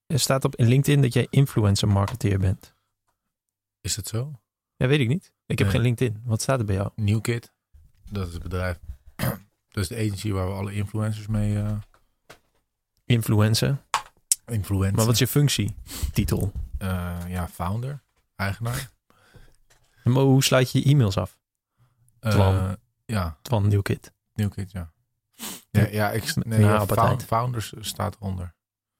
Er staat op in LinkedIn dat jij influencer marketeer bent. Is dat zo? Ja, weet ik niet. Ik heb geen LinkedIn. Wat staat er bij jou? Newkid, dat is het bedrijf. Dat is de agency waar we alle influencers mee... Influencer. Influencer. Maar wat is je functietitel? Founder, eigenaar. Maar hoe sluit je je e-mails af? Twan Newkid. Newkid, ja. Founders staat eronder.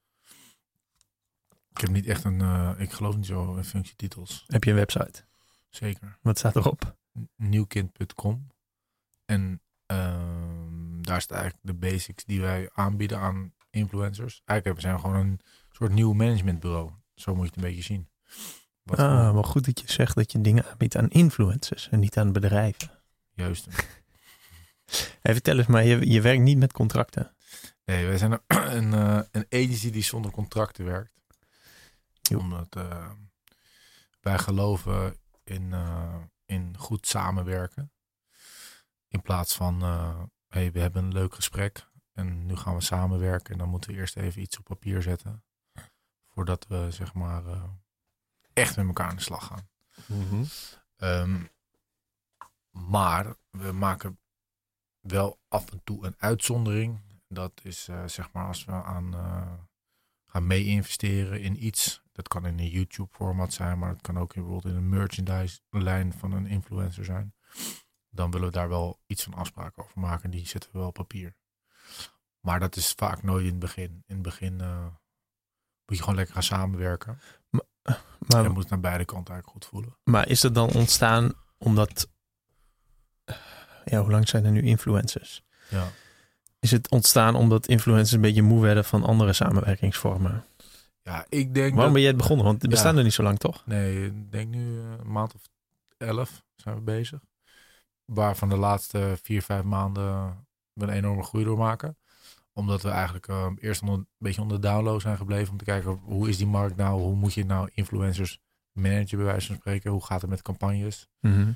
Ik heb niet echt ik geloof niet zo in functietitels. Heb je een website? Zeker. Wat staat erop? Newkid.com. En daar staat eigenlijk de basics die wij aanbieden aan influencers. Eigenlijk zijn we gewoon een soort nieuw managementbureau. Zo moet je het een beetje zien. Wel goed dat je zegt dat je dingen aanbiedt aan influencers en niet aan bedrijven. Juist. Vertel eens maar, je werkt niet met contracten. Nee, wij zijn een agency die zonder contracten werkt. Omdat wij geloven in goed samenwerken. In plaats van, we hebben een leuk gesprek en nu gaan we samenwerken. En dan moeten we eerst even iets op papier zetten. Voordat we zeg maar echt met elkaar aan de slag gaan. Mm-hmm. Maar we maken wel af en toe een uitzondering. Dat is zeg maar als we gaan mee investeren in iets. Dat kan in een YouTube format zijn, maar het kan ook bijvoorbeeld in een merchandise lijn van een influencer zijn. Dan willen we daar wel iets van afspraken over maken. Die zetten we wel op papier. Maar dat is vaak nooit in het begin. In het begin moet je gewoon lekker gaan samenwerken. Maar je moet het naar beide kanten eigenlijk goed voelen. Maar is het dan ontstaan omdat... hoe lang zijn er nu influencers? Ja. Is het ontstaan omdat influencers een beetje moe werden van andere samenwerkingsvormen? Ja, ik denk... Waarom ben jij het begonnen? Want het bestaan er niet zo lang, toch? Nee, ik denk nu een maand of 11 zijn we bezig. Waarvan de laatste 4-5 maanden we een enorme groei doormaken. Omdat we eigenlijk eerst een beetje onder de download zijn gebleven. Om te kijken, hoe is die markt nou? Hoe moet je nou influencers managen, bij wijze van spreken? Hoe gaat het met campagnes? Mm-hmm.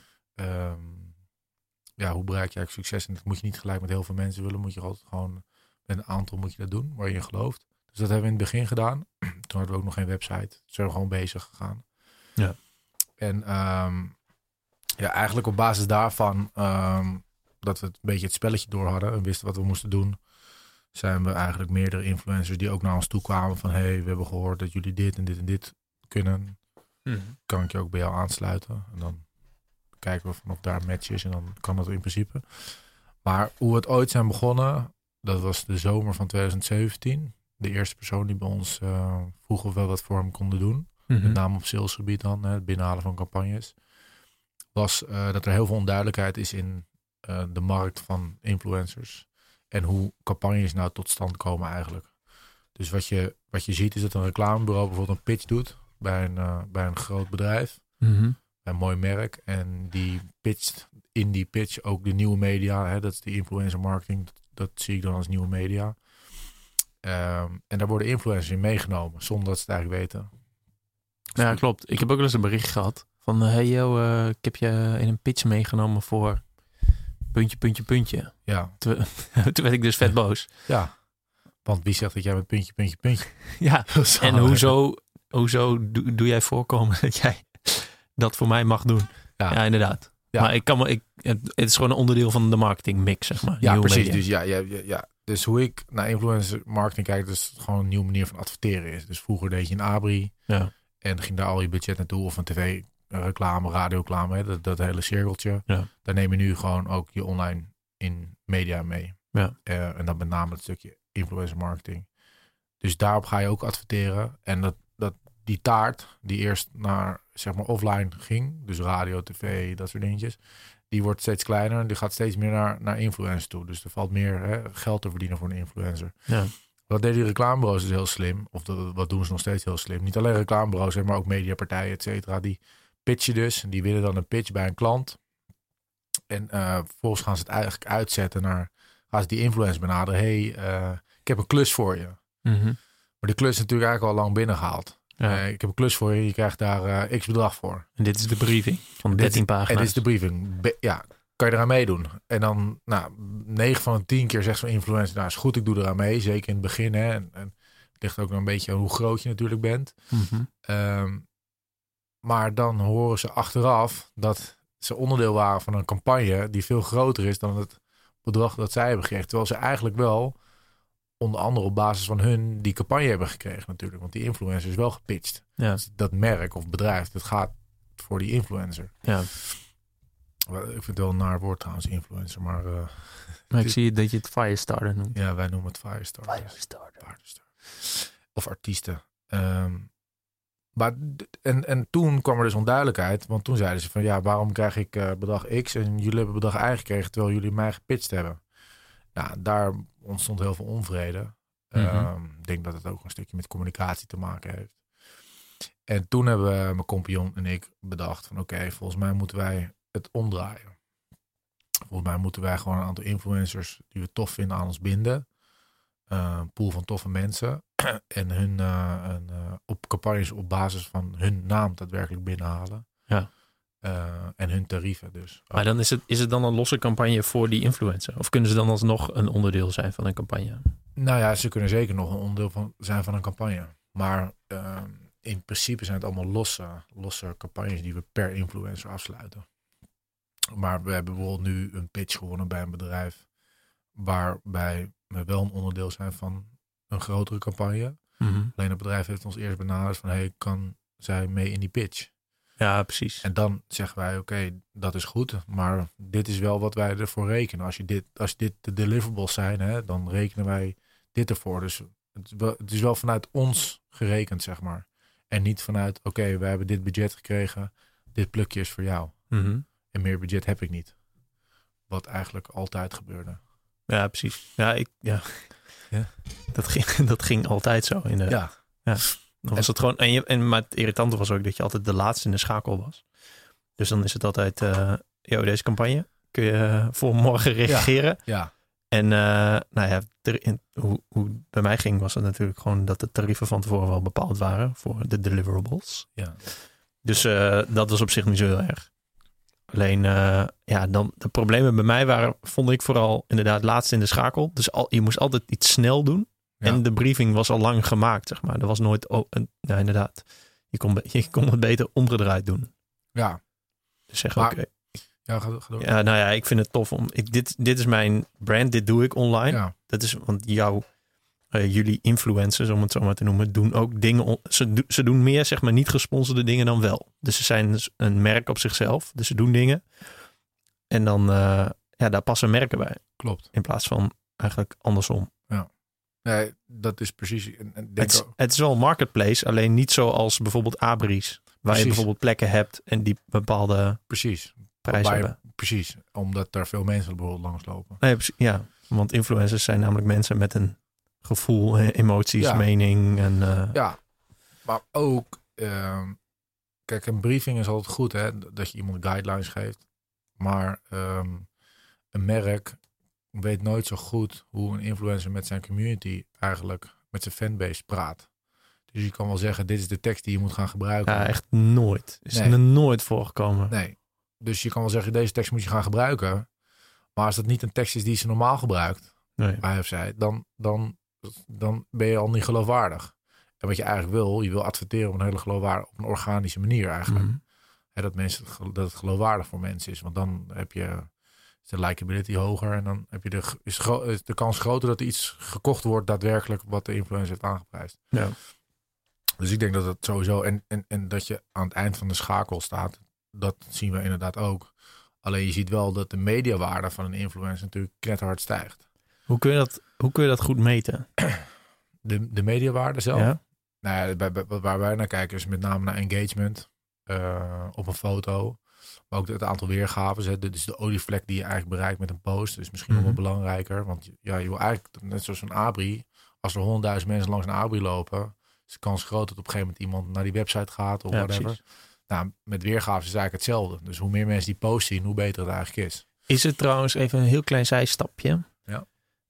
Hoe bereik je eigenlijk succes? En dat moet je niet gelijk met heel veel mensen willen. Moet je altijd gewoon met een aantal moet je dat doen waar je in gelooft. Dus dat hebben we in het begin gedaan. Toen hadden we ook nog geen website. Dus zijn we gewoon bezig gegaan. Ja. En eigenlijk op basis daarvan dat we een beetje het spelletje door hadden en wisten wat we moesten doen, zijn we eigenlijk meerdere influencers die ook naar ons toe kwamen van we hebben gehoord dat jullie dit en dit en dit kunnen. Mm-hmm. Kan ik je ook bij jou aansluiten? En dan kijken we of daar een match is en dan kan dat in principe. Maar hoe we het ooit zijn begonnen, dat was de zomer van 2017. De eerste persoon die bij ons vroeg of we wat voor hem konden doen. Mm-hmm. Met name op salesgebied dan, het binnenhalen van campagnes. Was dat er heel veel onduidelijkheid is in de markt van influencers. En hoe campagnes nou tot stand komen eigenlijk. Dus wat je ziet is dat een reclamebureau bijvoorbeeld een pitch doet bij een groot bedrijf. Mm-hmm. Een mooi merk. En die pitcht in die pitch ook de nieuwe media. Dat is de influencer marketing. Dat zie ik dan als nieuwe media. En daar worden influencers in meegenomen. Zonder dat ze het eigenlijk weten. Ja, klopt. Ik heb ook wel eens een bericht gehad. Van, ik heb je in een pitch meegenomen voor puntje. Ja. Toen werd ik dus vet boos. Ja. Want wie zegt dat jij met puntje. Ja. En hoezo doe jij voorkomen dat jij dat voor mij mag doen? Ja, inderdaad. Ja. Maar het is gewoon een onderdeel van de marketing mix, zeg maar. Ja, precies. Media. Dus ja. Dus hoe ik naar influencer marketing kijk, dat het gewoon een nieuwe manier van adverteren is. Dus vroeger deed je een abri. Ja. En ging daar al je budget naartoe. Of een tv-reclame, radioreclame. Dat hele cirkeltje. Ja. Daar neem je nu gewoon ook je online in media mee. Ja. En dan met name het stukje influencer marketing. Dus daarop ga je ook adverteren. En die taart die eerst naar zeg maar offline ging. Dus radio, tv, dat soort dingetjes. Die wordt steeds kleiner. En die gaat steeds meer naar influencers toe. Dus er valt meer geld te verdienen voor een influencer. Ja. Wat deden die reclamebureaus dus heel slim. Of wat doen ze nog steeds heel slim. Niet alleen reclamebureaus, maar ook mediapartijen, et cetera. Die pitchen dus. Die winnen dan een pitch bij een klant. En vervolgens gaan ze het eigenlijk uitzetten naar... Gaan ze die influencer benaderen. Ik heb een klus voor je. Mm-hmm. Maar die klus is natuurlijk eigenlijk al lang binnengehaald. Ja. Ik heb een klus voor je. Je krijgt daar x bedrag voor. En dit is de briefing van 13 pagina's. En dit is de briefing. Kan je eraan meedoen? En dan 9 van de 10 keer zegt zo'n influencer... Nou, is goed, ik doe eraan mee. Zeker in het begin. En Ligt ook nog een beetje hoe groot je natuurlijk bent. Mm-hmm. Maar dan horen ze achteraf dat ze onderdeel waren van een campagne die veel groter is dan het bedrag dat zij hebben gekregen. Terwijl ze eigenlijk wel onder andere op basis van hun die campagne hebben gekregen natuurlijk. Want die influencer is wel gepitcht. Ja. Dus dat merk of bedrijf, dat gaat voor die influencer. Ja. Ik vind het wel een naar woord trouwens, influencer. Maar ik zie dat je het Firestarter noemt. Ja, wij noemen het Firestarter. Of artiesten. Maar en toen kwam er dus onduidelijkheid. Want toen zeiden ze van ja, waarom krijg ik bedrag X en jullie hebben bedrag Y gekregen terwijl jullie mij gepitcht hebben. Ja, daar ontstond heel veel onvrede. Ik denk dat het ook een stukje met communicatie te maken heeft. En toen hebben mijn compagnon en ik bedacht van oké, volgens mij moeten wij het omdraaien. Volgens mij moeten wij gewoon een aantal influencers die we tof vinden aan ons binden. Een pool van toffe mensen. En hun op campagnes op basis van hun naam daadwerkelijk binnenhalen. Ja. En hun tarieven dus. Maar dan is het dan een losse campagne voor die influencer? Of kunnen ze dan alsnog een onderdeel zijn van een campagne? Nou ja, ze kunnen zeker nog een onderdeel zijn van een campagne. Maar in principe zijn het allemaal losse campagnes die we per influencer afsluiten. Maar we hebben bijvoorbeeld nu een pitch gewonnen bij een bedrijf waarbij we wel een onderdeel zijn van een grotere campagne. Mm-hmm. Alleen het bedrijf heeft ons eerst benaderd van hey, kan zij mee in die pitch? Ja, precies. En dan zeggen wij oké, dat is goed, maar dit is wel wat wij ervoor rekenen. Als dit de deliverables zijn, hè, dan rekenen wij dit ervoor. Dus het is wel vanuit ons gerekend, zeg maar. En niet vanuit oké, wij hebben dit budget gekregen, dit plukje is voor jou. Mm-hmm. En meer budget heb ik niet. Wat eigenlijk altijd gebeurde. Ja, precies. Ja. Ja. Dat ging altijd zo. Ja. Dan was het gewoon. Maar het irritante was ook dat je altijd de laatste in de schakel was. Dus dan is het altijd. Deze campagne. Kun je voor morgen reageren? Ja. En hoe het bij mij ging, was het natuurlijk gewoon dat de tarieven van tevoren wel bepaald waren voor de deliverables. Ja. Dus dat was op zich niet zo heel erg. Alleen, dan de problemen bij mij waren, vond ik vooral inderdaad laatst in de schakel. Dus je moest altijd iets snel doen. Ja. En de briefing was al lang gemaakt, zeg maar. Er was nooit, inderdaad. Je kon het beter omgedraaid doen. Ja. Dus zeg oké. Ja, ga door. Ja, nou ja, ik vind het tof om. Dit is mijn brand, dit doe ik online. Ja. Dat is, want jullie influencers, om het zo maar te noemen, doen ook dingen. Ze doen meer, zeg maar, niet gesponsorde dingen dan wel. Dus ze zijn een merk op zichzelf. Dus ze doen dingen. En dan, daar passen merken bij. Klopt. In plaats van eigenlijk andersom. Ja. Nee, dat is precies. Het is wel een marketplace, alleen niet zoals bijvoorbeeld Abris. Waar je bijvoorbeeld plekken hebt en die bepaalde prijzen hebben. Precies, omdat er veel mensen bijvoorbeeld langslopen. Nee, ja, want influencers zijn namelijk mensen met een gevoel, emoties, mening. En, Ja, maar ook, kijk, een briefing is altijd goed, hè, dat je iemand guidelines geeft. Maar een merk weet nooit zo goed hoe een influencer met zijn community eigenlijk, met zijn fanbase praat. Dus je kan wel zeggen, dit is de tekst die je moet gaan gebruiken. Ja, echt nooit. Is er nooit voorgekomen. Nee. Dus je kan wel zeggen, deze tekst moet je gaan gebruiken. Maar als dat niet een tekst is die ze normaal gebruikt, hij of zij, dan ben je al niet geloofwaardig. En wat je eigenlijk wil, je wil adverteren op een hele geloofwaardige, op een organische manier eigenlijk. Mm-hmm. Dat het geloofwaardig voor mensen is. Want dan heb je de likability hoger en dan heb je is de kans groter dat er iets gekocht wordt daadwerkelijk wat de influencer heeft aangeprijsd. Ja. Dus ik denk dat het sowieso en dat je aan het eind van de schakel staat, dat zien we inderdaad ook. Alleen je ziet wel dat de mediawaarde van een influencer natuurlijk knetterhard stijgt. Hoe kun je dat goed meten? De mediawaarde zelf? Ja. Nou ja, waar wij naar kijken is met name naar engagement op een foto. Maar ook het aantal weergaves. Dus de olievlek die je eigenlijk bereikt met een post is misschien nog wel belangrijker. Want ja, je wil eigenlijk, net zoals een Abri, als er 100.000 mensen langs een Abri lopen, is de kans groot dat op een gegeven moment iemand naar die website gaat of whatever. Precies. Nou, met weergaves is eigenlijk hetzelfde. Dus hoe meer mensen die post zien, hoe beter het eigenlijk is. Is het trouwens even een heel klein zijstapje? Ja.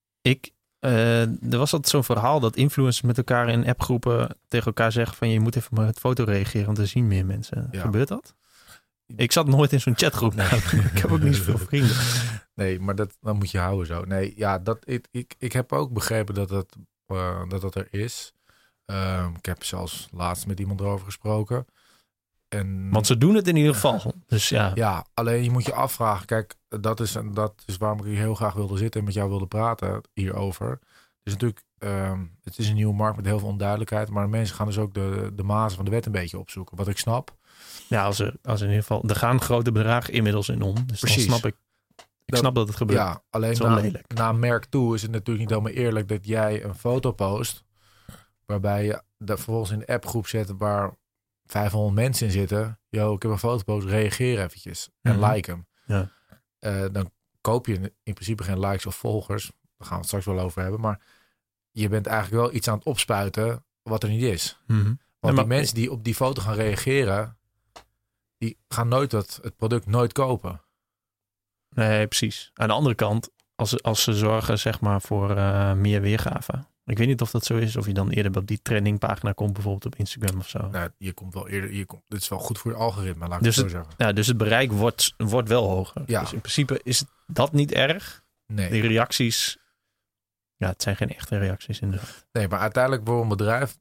Er was altijd zo'n verhaal dat influencers met elkaar in appgroepen tegen elkaar zeggen van je moet even met foto reageren, want er zien meer mensen. Ja. Gebeurt dat? Ik zat nooit in zo'n chatgroep. Nee. Ik heb ook niet zoveel vrienden. Nee, maar dat moet je houden zo. Nee, ja, ik heb ook begrepen dat er is. Ik heb zelfs laatst met iemand erover gesproken. Want ze doen het in ieder geval. Dus ja. Ja, alleen je moet je afvragen. Kijk, dat is waarom ik hier heel graag wilde zitten en met jou wilde praten hierover. Dus natuurlijk, het is een nieuwe markt met heel veel onduidelijkheid. Maar mensen gaan dus ook de mazen van de wet een beetje opzoeken. Wat ik snap. Ja, als in ieder geval... Er gaan grote bedragen inmiddels in om. Dus precies. Dan snap ik. Ik snap dat het gebeurt. Ja, alleen na een merk toe is het natuurlijk niet helemaal eerlijk dat jij een foto post. Waarbij je dat vervolgens in de appgroep zet waar 500 mensen in zitten. Yo, ik heb een foto post, reageer eventjes. En like hem. Ja. Dan koop je in principe geen likes of volgers. Daar gaan we het straks wel over hebben. Maar je bent eigenlijk wel iets aan het opspuiten wat er niet is. Mm-hmm. Want die mensen die op die foto gaan reageren, die gaan nooit het product nooit kopen. Nee, precies. Aan de andere kant, als ze zorgen zeg maar voor meer weergave. Ik weet niet of dat zo is, of je dan eerder op die trendingpagina komt, bijvoorbeeld op Instagram of zo. Nou, je komt wel eerder. Dit is wel goed voor je algoritme, laat ik het zo zeggen. Ja, dus het bereik wordt wel hoger. Ja. Dus in principe is dat niet erg. Nee. Die reacties, ja, het zijn geen echte reacties inderdaad. Nee, maar uiteindelijk wil een bedrijf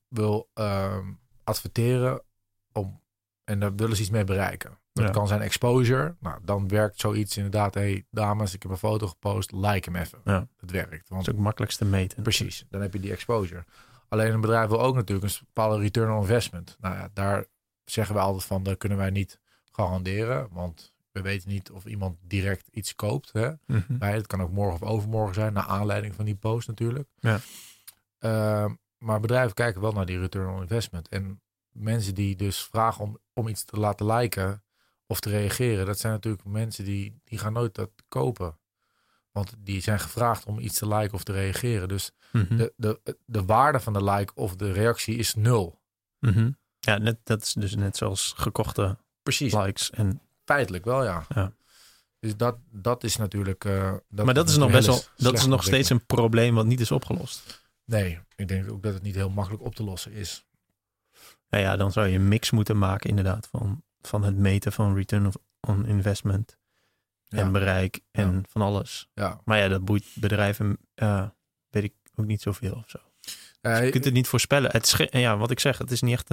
adverteren en daar willen ze iets mee bereiken. Dat kan zijn exposure. Nou, dan werkt zoiets inderdaad. Hey, dames, ik heb een foto gepost. Like hem even. Ja. Het werkt. Want dat is ook het makkelijkste meten. Precies. Dan heb je die exposure. Alleen een bedrijf wil ook natuurlijk een bepaalde return on investment. Nou ja, daar zeggen we altijd van, dat kunnen wij niet garanderen. Want we weten niet of iemand direct iets koopt. Hè? Mm-hmm. Het kan ook morgen of overmorgen zijn. Naar aanleiding van die post natuurlijk. Ja. Maar bedrijven kijken wel naar die return on investment. En mensen die dus vragen om iets te laten liken of te reageren, dat zijn natuurlijk mensen die gaan nooit dat kopen. Want die zijn gevraagd om iets te liken of te reageren. Dus de waarde van de like of de reactie is 0. Mm-hmm. Ja, dat is dus net zoals gekochte likes. En feitelijk wel, ja. Dus dat is natuurlijk... maar dat is nog best wel... Dat is nog steeds een probleem wat niet is opgelost. Nee, ik denk ook dat het niet heel makkelijk op te lossen is. Nou ja, dan zou je een mix moeten maken inderdaad van het meten van return on investment en bereik en van alles. Ja. Maar ja, dat boeit bedrijven, weet ik ook niet zoveel of zo. Dus je kunt het niet voorspellen. Wat ik zeg, het is niet echt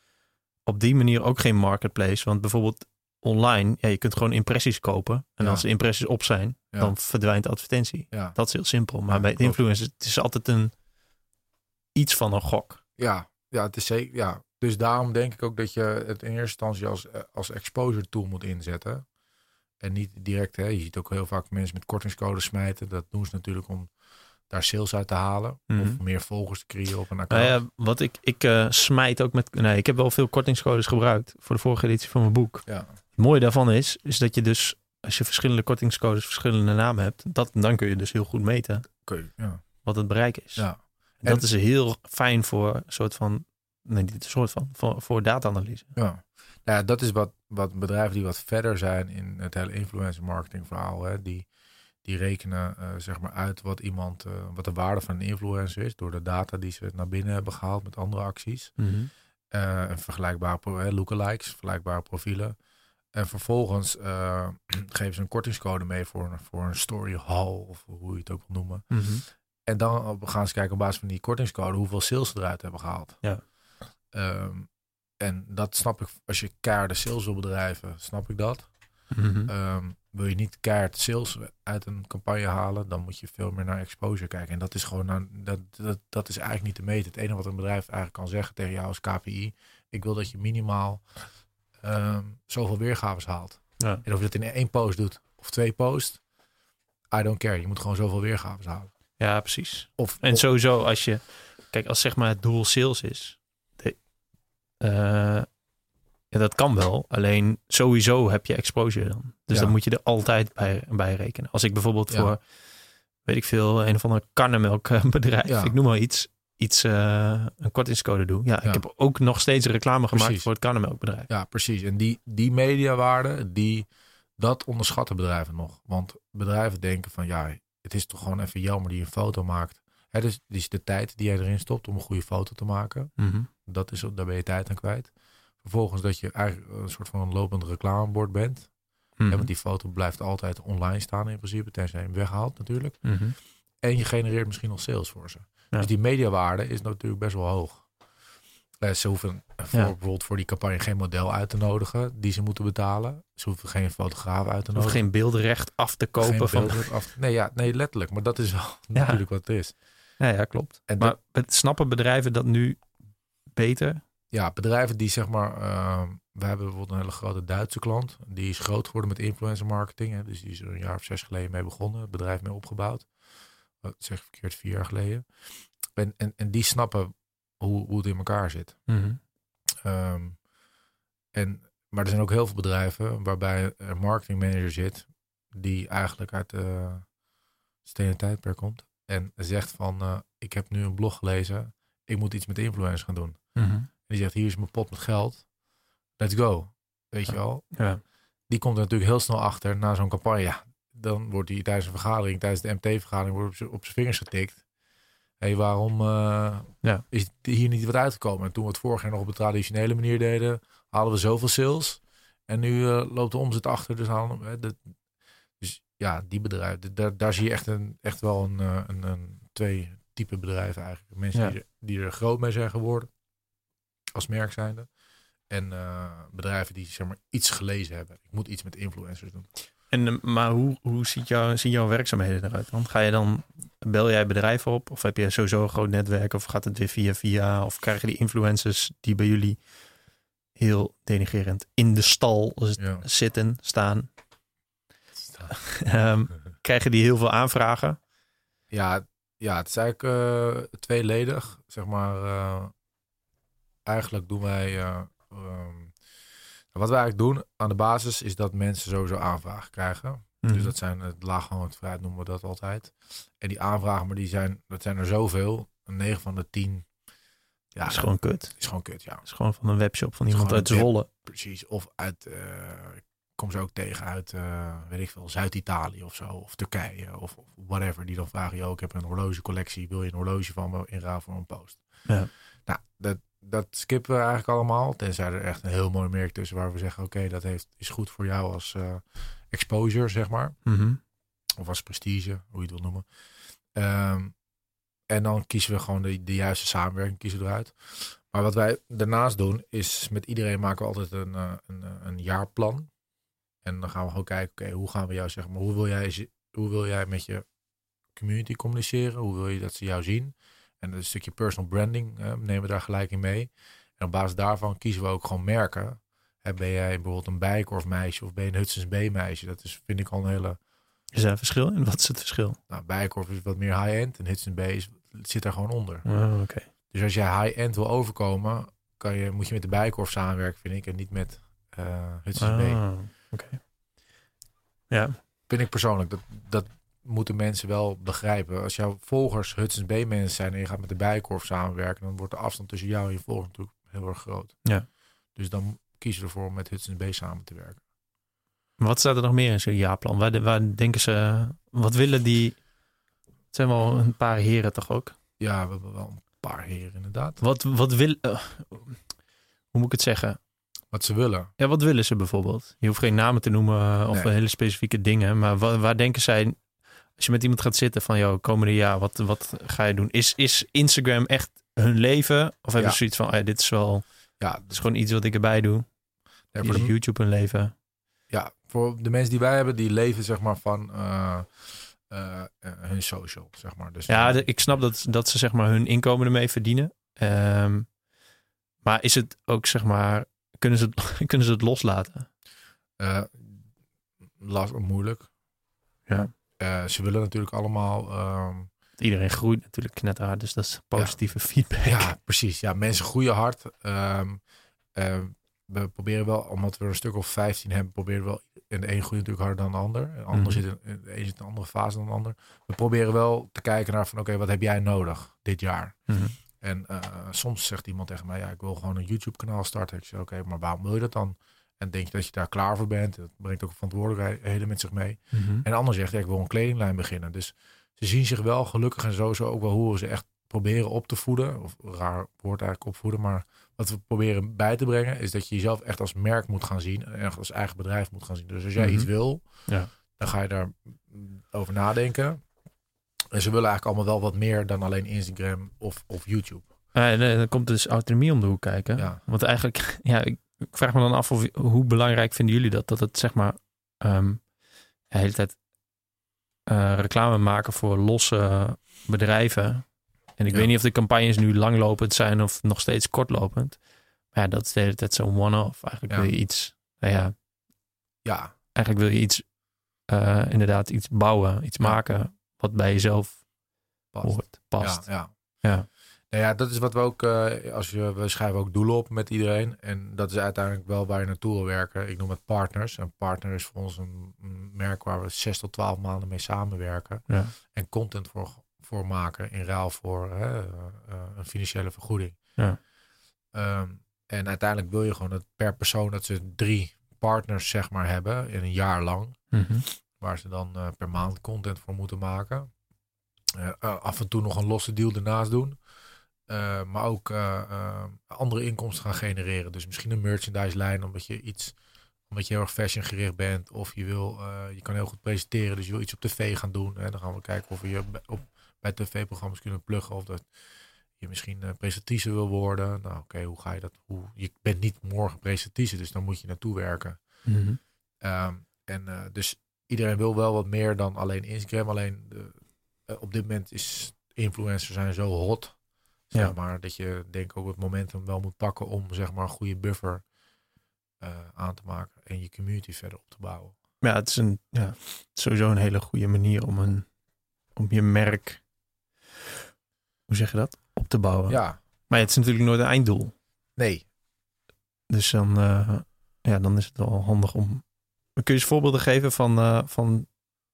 op die manier ook geen marketplace. Want bijvoorbeeld online, je kunt gewoon impressies kopen. En als de impressies op zijn, dan verdwijnt de advertentie. Ja. Dat is heel simpel. Maar bij influencers, het is altijd iets van een gok. Ja, het is zeker. Ja. Dus daarom denk ik ook dat je het in eerste instantie als exposure tool moet inzetten. En niet direct, je ziet ook heel vaak mensen met kortingscodes smijten. Dat doen ze natuurlijk om daar sales uit te halen. Mm-hmm. Of meer volgers te creëren op een account. Nou ja, wat ik smijt ook met... Nee, ik heb wel veel kortingscodes gebruikt voor de vorige editie van mijn boek. Ja. Het mooie daarvan is dat je dus, als je verschillende kortingscodes, verschillende namen hebt, dan kun je dus heel goed meten wat het bereik is. Ja. En dat is heel fijn voor een soort van... Nee, niet een soort van. Voor data-analyse. Ja, dat is wat bedrijven die wat verder zijn in het hele influencer marketing verhaal. Hè, die rekenen zeg maar uit wat de waarde van een influencer is. Door de data die ze naar binnen hebben gehaald met andere acties. Mm-hmm. Vergelijkbare lookalikes, vergelijkbare profielen. En vervolgens geven ze een kortingscode mee voor een story haul. Of hoe je het ook wil noemen. Mm-hmm. En dan gaan ze kijken op basis van die kortingscode hoeveel sales ze eruit hebben gehaald. Ja. En dat snap ik, als je keiharde sales wil bedrijven, snap ik dat. Mm-hmm. Wil je niet keihard sales uit een campagne halen, dan moet je veel meer naar exposure kijken. En dat is gewoon, dat is eigenlijk niet te meten. Het enige wat een bedrijf eigenlijk kan zeggen tegen jou als KPI, ik wil dat je minimaal zoveel weergaves haalt. Ja. En of je dat in 1 post doet of 2 posts, I don't care. Je moet gewoon zoveel weergaves halen. Ja, precies. Sowieso als zeg maar het doel sales is. Dat kan wel. Alleen sowieso heb je exposure dan. Dus dan moet je er altijd bij rekenen. Als ik bijvoorbeeld voor, weet ik veel, een of ander karnemelkbedrijf, ik noem maar iets een kortingscode doe. Ja, ik heb ook nog steeds reclame gemaakt voor het karnemelkbedrijf. Ja, precies. En die mediawaarde, dat onderschatten bedrijven nog. Want bedrijven denken van het is toch gewoon even jammer die een foto maakt. Dus de tijd die jij erin stopt om een goede foto te maken. Mm-hmm. Daar ben je tijd aan kwijt. Vervolgens dat je eigenlijk een soort van een lopend reclamebord bent. Mm-hmm. Want die foto blijft altijd online staan in principe. Tenzij je hem weghaalt natuurlijk. Mm-hmm. En je genereert misschien nog sales voor ze. Ja. Dus die mediawaarde is natuurlijk best wel hoog. Ze hoeven bijvoorbeeld voor die campagne geen model uit te nodigen die ze moeten betalen. Ze hoeven geen fotograaf uit te nodigen. Of geen beeldenrecht af te kopen. Nee, letterlijk. Maar dat is wel natuurlijk wat het is. Ja, klopt. Maar snappen bedrijven dat nu beter? Ja, bedrijven die zeg maar... we hebben bijvoorbeeld een hele grote Duitse klant. Die is groot geworden met influencer marketing. Hè. Dus die is er een jaar of 6 geleden mee begonnen. Het bedrijf mee opgebouwd. Dat zeg ik verkeerd, 4 jaar geleden. En die snappen hoe het in elkaar zit. Mm-hmm. Maar er zijn ook heel veel bedrijven waarbij een marketingmanager zit die eigenlijk uit de stenen tijdperk komt en zegt van ik heb nu een blog gelezen, ik moet iets met influencers gaan doen. Mm-hmm. En die zegt hier is mijn pot met geld, let's go. Weet je wel? Ja. Die komt er natuurlijk heel snel achter na zo'n campagne. Ja, dan wordt hij tijdens een vergadering, tijdens de MT-vergadering wordt op zijn vingers getikt. Hey, waarom is hier niet wat uitgekomen? En toen we het vorig jaar nog op de traditionele manier deden, halen we zoveel sales. En nu loopt de omzet achter. Dus ja, die bedrijven, daar zie je echt wel een twee type bedrijven eigenlijk. Mensen die er groot mee zijn geworden, als merk zijnde. En bedrijven die zeg maar iets gelezen hebben. Ik moet iets met influencers doen. Maar hoe zien jouw werkzaamheden eruit dan? Bel jij bedrijven op? Of heb je sowieso een groot netwerk? Of gaat het weer via? Of krijgen die influencers die bij jullie heel denigrerend in de stal staan? Krijgen die heel veel aanvragen? Ja, het is eigenlijk tweeledig. Zeg maar, eigenlijk doen wij... wat wij eigenlijk doen aan de basis is dat mensen sowieso aanvragen krijgen. Mm-hmm. Dus dat zijn het laaghangend fruit, noemen we dat altijd. En die aanvragen, maar dat zijn er zoveel. 9 van de 10. Ja, is gewoon kut. Is gewoon kut, ja. Is gewoon van een webshop van iemand uit Zwolle. Precies. Of uit, ik kom ze ook tegen uit, weet ik veel, Zuid-Italië of zo. Of Turkije of whatever. Die dan vragen, ik heb een horlogecollectie. Wil je een horloge van me inruilen voor een post? Ja. Nou, dat skippen we eigenlijk allemaal. Tenzij er echt een heel mooi merk tussen waar we zeggen, oké, dat is goed voor jou als exposure, zeg maar. Mm-hmm. Of als prestige, hoe je het wil noemen. En dan kiezen we gewoon de juiste samenwerking kiezen eruit. Maar wat wij daarnaast doen, is met iedereen maken we altijd een jaarplan. En dan gaan we gewoon kijken, oké, hoe gaan we jou zeggen, maar hoe wil jij met je community communiceren? Hoe wil je dat ze jou zien? En een stukje personal branding nemen we daar gelijk in mee. En op basis daarvan kiezen we ook gewoon merken. Ben jij bijvoorbeeld een Bijenkorf meisje of ben je een Hudson's Bay meisje? Dat is, vind ik al een hele... Is daar een verschil? En wat is het verschil? Nou, Bijenkorf is wat meer high-end en Hudson's Bay zit daar gewoon onder. Oh, okay. Dus als jij high-end wil overkomen, moet je met de Bijenkorf samenwerken, vind ik. En niet met Hudson's Bay. Okay. Ja. Vind ik persoonlijk. Dat moeten mensen wel begrijpen. Als jouw volgers Hudson's Bay mensen zijn en je gaat met de Bijenkorf samenwerken, dan wordt de afstand tussen jou en je volgers natuurlijk heel erg groot. Ja. Dus dan kies je ervoor om met Hudson's Bay samen te werken. Wat staat er nog meer in zo'n jaarplan? Waar denken ze... Wat willen die... Het zijn wel een paar heren toch ook? Ja, we hebben wel een paar heren inderdaad. Wat wil... hoe moet ik het zeggen? Wat ze willen. Ja, wat willen ze bijvoorbeeld? Je hoeft geen namen te noemen of hele specifieke dingen. Maar waar denken zij... Als je met iemand gaat zitten van... komende jaar, wat ga je doen? Is Instagram echt hun leven? Of hebben ze zoiets van... dit is wel... Ja, het is gewoon iets wat ik erbij doe. Ja, voor YouTube hun leven. Ja, voor de mensen die wij hebben, die leven zeg maar van hun social, zeg maar. Dus, ik snap dat ze zeg maar hun inkomen ermee verdienen. Maar is het ook zeg maar, kunnen ze het loslaten? Moeilijk. Ja. Ze willen natuurlijk allemaal... Iedereen groeit natuurlijk knetterhard, dus dat is positieve feedback. Ja, precies. Ja, mensen groeien hard. We proberen wel, omdat we er een stuk of 15 hebben, proberen wel, en de een groeit natuurlijk harder dan de ander. De ander zit in een andere fase dan de ander. We proberen wel te kijken naar van, oké, wat heb jij nodig dit jaar? Mm-hmm. En soms zegt iemand tegen mij, ik wil gewoon een YouTube kanaal starten. Ik zeg, oké, maar waarom wil je dat dan? En denk je dat je daar klaar voor bent? Dat brengt ook verantwoordelijkheden met zich mee. Mm-hmm. En de ander zegt, ik wil een kledinglijn beginnen. Dus ze zien zich wel gelukkig en sowieso ook wel hoe ze echt proberen op te voeden. Of raar woord eigenlijk opvoeden, maar wat we proberen bij te brengen is dat je jezelf echt als merk moet gaan zien en echt als eigen bedrijf moet gaan zien. Dus als jij iets wil, dan ga je daar over nadenken. En ze willen eigenlijk allemaal wel wat meer dan alleen Instagram of YouTube. Nee, dan komt dus autonomie om de hoek kijken. Ja. Want eigenlijk, ik vraag me dan af hoe belangrijk vinden jullie dat het zeg maar de hele tijd reclame maken voor losse bedrijven. En ik weet niet of de campagnes nu langlopend zijn of nog steeds kortlopend. Maar ja, dat is de hele tijd zo'n one-off. Eigenlijk wil je iets, eigenlijk wil je iets, inderdaad iets bouwen, iets maken wat bij jezelf past. Ja. Nou ja, dat is wat we ook, we schrijven ook doelen op met iedereen. En dat is uiteindelijk wel waar je naartoe wil werken. Ik noem het partners. Een partner is voor ons een merk waar we 6 tot 12 maanden mee samenwerken. Ja. En content voor maken in ruil voor een financiële vergoeding. Ja. En uiteindelijk wil je gewoon dat per persoon dat ze 3 partners zeg maar hebben in een jaar lang. Mm-hmm. Waar ze dan per maand content voor moeten maken. Af en toe nog een losse deal ernaast doen. Maar ook andere inkomsten gaan genereren. Dus misschien een merchandise lijn omdat je heel erg fashion gericht bent. Of je kan heel goed presenteren. Dus je wil iets op tv gaan doen. Dan gaan we kijken of we je bij tv-programma's kunnen pluggen. Of dat je misschien presentatrice wil worden. Nou oké, hoe ga je dat? Je bent niet morgen presentatrice. Dus dan moet je naartoe werken. Mm-hmm. Dus iedereen wil wel wat meer dan alleen Instagram. Alleen op dit moment is influencers zijn zo hot. Zeg maar, dat je denk ik ook het momentum wel moet pakken om zeg maar een goede buffer aan te maken en je community verder op te bouwen. Ja, het is sowieso een hele goede manier om je merk, hoe zeg je dat, op te bouwen. Ja. Maar het is natuurlijk nooit een einddoel. Nee. Dus dan is het wel handig om. Kun je eens voorbeelden geven van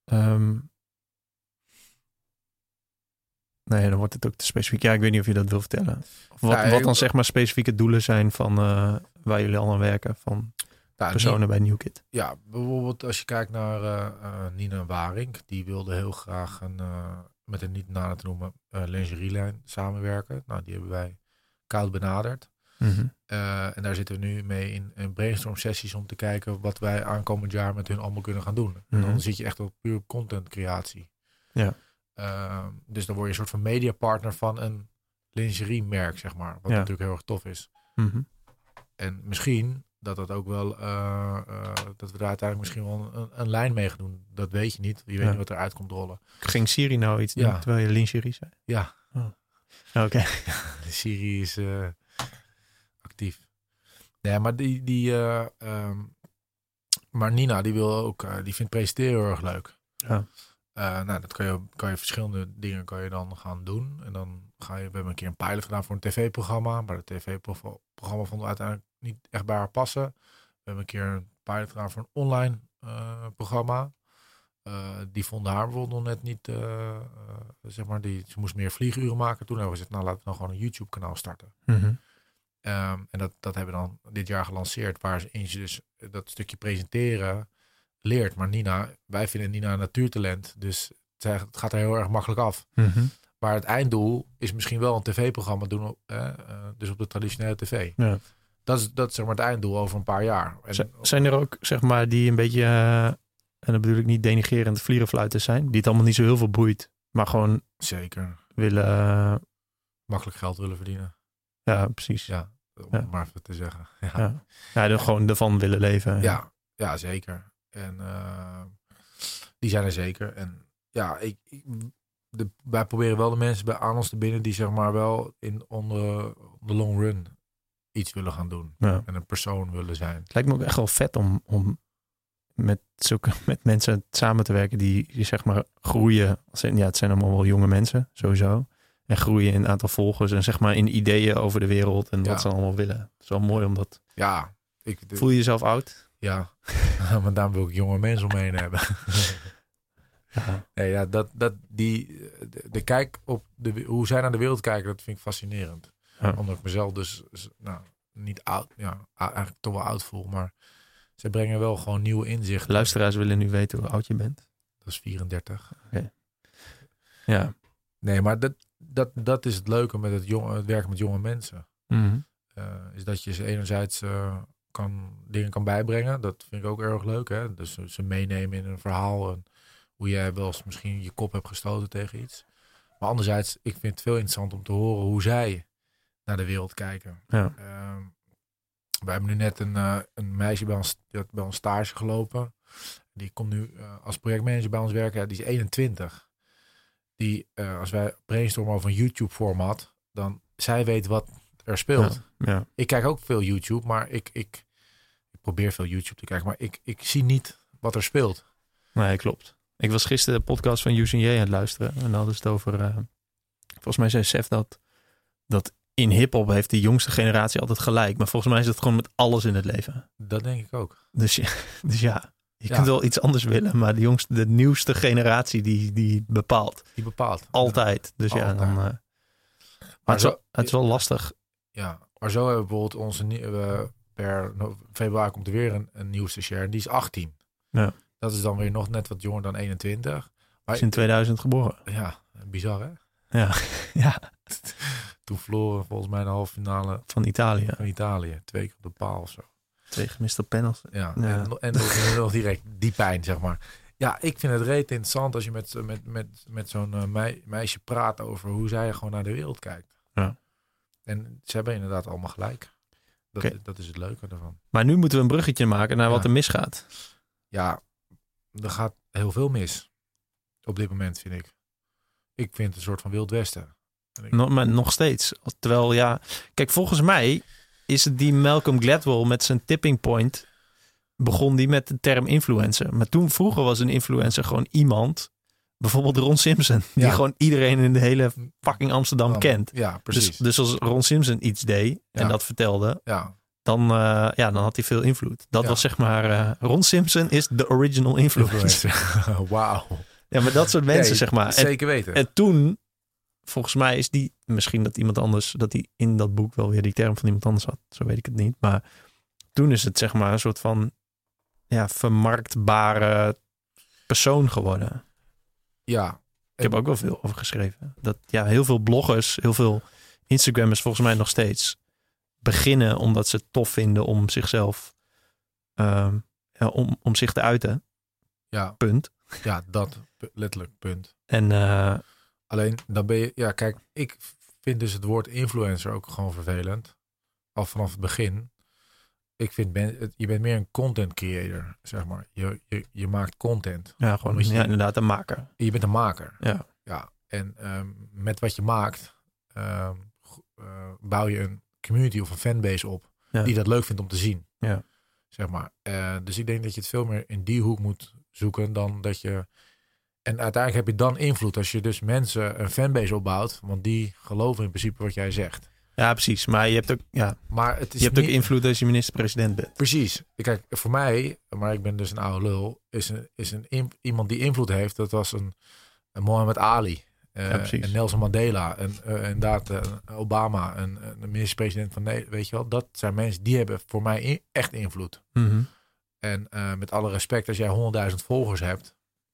nee, dan wordt het ook te specifiek. Ja, ik weet niet of je dat wil vertellen. Of wat dan zeg maar specifieke doelen zijn van waar jullie al aan werken van personen bij NewKid. Ja, bijvoorbeeld als je kijkt naar Nina Waring. Die wilde heel graag met een niet nader te noemen lingerielijn samenwerken. Nou, die hebben wij koud benaderd. Mm-hmm. En daar zitten we nu mee in brainstorm sessies om te kijken wat wij aankomend jaar met hun allemaal kunnen gaan doen. Mm-hmm. En dan zit je echt op puur content creatie. Ja. Dus dan word je een soort van mediapartner van een lingeriemerk, zeg maar. Wat natuurlijk heel erg tof is. Mm-hmm. En misschien dat ook wel dat we daar uiteindelijk misschien wel een lijn mee gaan doen. Dat weet je niet. Je weet niet wat eruit komt rollen. Ging Siri nou iets doen terwijl je lingerie zei? Ja. Oh. Oké. Siri is actief. Ja, maar maar Nina die wil ook, die vindt presenteren heel erg leuk. Ja. Dat kan je verschillende dingen kan je dan gaan doen. En dan we hebben een keer een pilot gedaan voor een tv-programma. Maar het tv-programma vonden we uiteindelijk niet echt bij haar passen. We hebben een keer een pilot gedaan voor een online programma. Die vonden haar bijvoorbeeld nog net niet, zeg maar, ze moest meer vlieguren maken. Toen hebben we gezegd, laten we dan gewoon een YouTube-kanaal starten. Mm-hmm. En dat hebben we dan dit jaar gelanceerd. Waarin ze dus dat stukje presenteren leert. Maar wij vinden Nina een natuurtalent. Dus het gaat er heel erg makkelijk af. Mm-hmm. Maar het einddoel is misschien wel een tv-programma doen. Dus op de traditionele tv. Ja. Dat is zeg maar het einddoel over een paar jaar. En zijn er ook zeg maar die een beetje, en dat bedoel ik niet denigrerend, vlierenfluiters zijn. Die het allemaal niet zo heel veel boeit. Maar gewoon zeker willen makkelijk geld willen verdienen. Ja, precies. Ja, om maar even te zeggen. Ja. Gewoon ervan willen leven. Ja, zeker. En die zijn er zeker. En ja, wij proberen wel de mensen aan ons te binden die zeg maar wel on the long run iets willen gaan doen. Ja. En een persoon willen zijn. Het lijkt me ook echt wel vet om met mensen samen te werken die zeg maar groeien. Het zijn allemaal wel jonge mensen, sowieso. En groeien in een aantal volgers en zeg maar in ideeën over de wereld en wat ze allemaal willen. Het is wel mooi om dat. Ja. Voel je jezelf oud? Ja, maar daarom wil ik jonge mensen omheen hebben. Nee, de kijk op hoe zij naar de wereld kijken, dat vind ik fascinerend. Ja. Omdat ik mezelf dus niet oud, eigenlijk toch wel oud voel, maar ze brengen wel gewoon nieuwe inzichten. Luisteraars willen nu weten hoe oud je bent. Dat is 34. Okay. Ja. Nee, maar dat is het leuke met het werken met jonge mensen. Mm-hmm. Is dat je ze enerzijds dingen kan bijbrengen. Dat vind ik ook erg leuk. Hè? Dus ze meenemen in een verhaal. En hoe jij wel eens misschien je kop hebt gestoten tegen iets. Maar anderzijds, ik vind het veel interessant om te horen hoe zij naar de wereld kijken. Ja. We hebben nu net een meisje die had bij ons stage gelopen. Die komt nu als projectmanager bij ons werken. Die is 21. Die, als wij brainstormen over een YouTube-format, dan zij weet wat er speelt. Ja. Ik kijk ook veel YouTube, maar ik probeer veel YouTube te kijken, maar ik zie niet wat er speelt. Nee, klopt. Ik was gisteren de podcast van Yusin Ye aan het luisteren. En dan hadden ze het over... volgens mij zei Sef dat in hiphop heeft de jongste generatie altijd gelijk. Maar volgens mij is het gewoon met alles in het leven. Dat denk ik ook. Dus ja, je kunt wel iets anders willen. Maar de nieuwste generatie die bepaalt. Die bepaalt. Altijd. Dus Altijd. ja, dan... maar het is wel lastig. Ja, maar zo hebben we bijvoorbeeld per februari komt er weer een nieuwe stagiair. En die is 18. Ja. Dat is dan weer nog net wat jonger dan 21. Maar is in 2000 geboren. Ja, bizar hè? Ja. Toen verloren volgens mij de halve finale van Italië. 2 keer op de paal of zo. 2 gemiste penalties. Ja. En nog direct die pijn, zeg maar. Ja, ik vind het reet interessant als je met zo'n meisje praat over hoe zij gewoon naar de wereld kijkt. Ja. En ze hebben inderdaad allemaal gelijk. Dat is het leuke ervan. Maar nu moeten we een bruggetje maken naar wat er misgaat. Ja, er gaat heel veel mis. Op dit moment, vind ik. Ik vind het een soort van Wild Westen. Maar nog steeds. Terwijl, ja... Kijk, volgens mij is het die Malcolm Gladwell met zijn tipping point... begon die met de term influencer. Maar toen vroeger was een influencer gewoon iemand... bijvoorbeeld Ron Simpson... die gewoon iedereen in de hele fucking Amsterdam kent. Ja, precies. Dus als Ron Simpson iets deed en dat vertelde... Dan had hij veel invloed. Dat was zeg maar... Ron Simpson is de original influencer. Wauw. Ja, maar dat soort mensen, zeg maar. Zeker weten. En toen, volgens mij is die... Misschien dat iemand anders... dat hij in dat boek wel weer die term van iemand anders had. Zo weet ik het niet. Maar toen is het zeg maar een soort van... vermarktbare persoon geworden. Ja. Ik heb ook wel veel over geschreven. Dat heel veel bloggers, heel veel Instagrammers volgens mij nog steeds... beginnen omdat ze het tof vinden om zichzelf... om zich te uiten. Ja. Punt. Ja, dat letterlijk punt. En alleen dan ben je... Ja, kijk, ik vind dus het woord influencer ook gewoon vervelend. Al vanaf het begin. Ik vind, je bent meer een content creator, zeg maar. Je maakt content. Ja, gewoon inderdaad een maker. Je bent een maker. Ja. En met wat je maakt... bouw je een community of een fanbase op... die dat leuk vindt om te zien. Ja. Zeg maar. Dus ik denk dat je het veel meer in die hoek moet zoeken dan dat je... En uiteindelijk heb je dan invloed als je dus mensen een fanbase opbouwt, want die geloven in principe wat jij zegt. Ja, precies. Maar je hebt ook, maar het is je hebt ook invloed als je minister-president bent. Precies. Kijk, voor mij, maar ik ben dus een oude lul, is iemand die invloed heeft. Dat was een Mohammed Ali, en Nelson Mandela, en inderdaad Obama, een minister-president van Nederland. Weet je wel, dat zijn mensen die hebben voor mij echt invloed. Mm-hmm. En met alle respect, als jij 100.000 volgers hebt,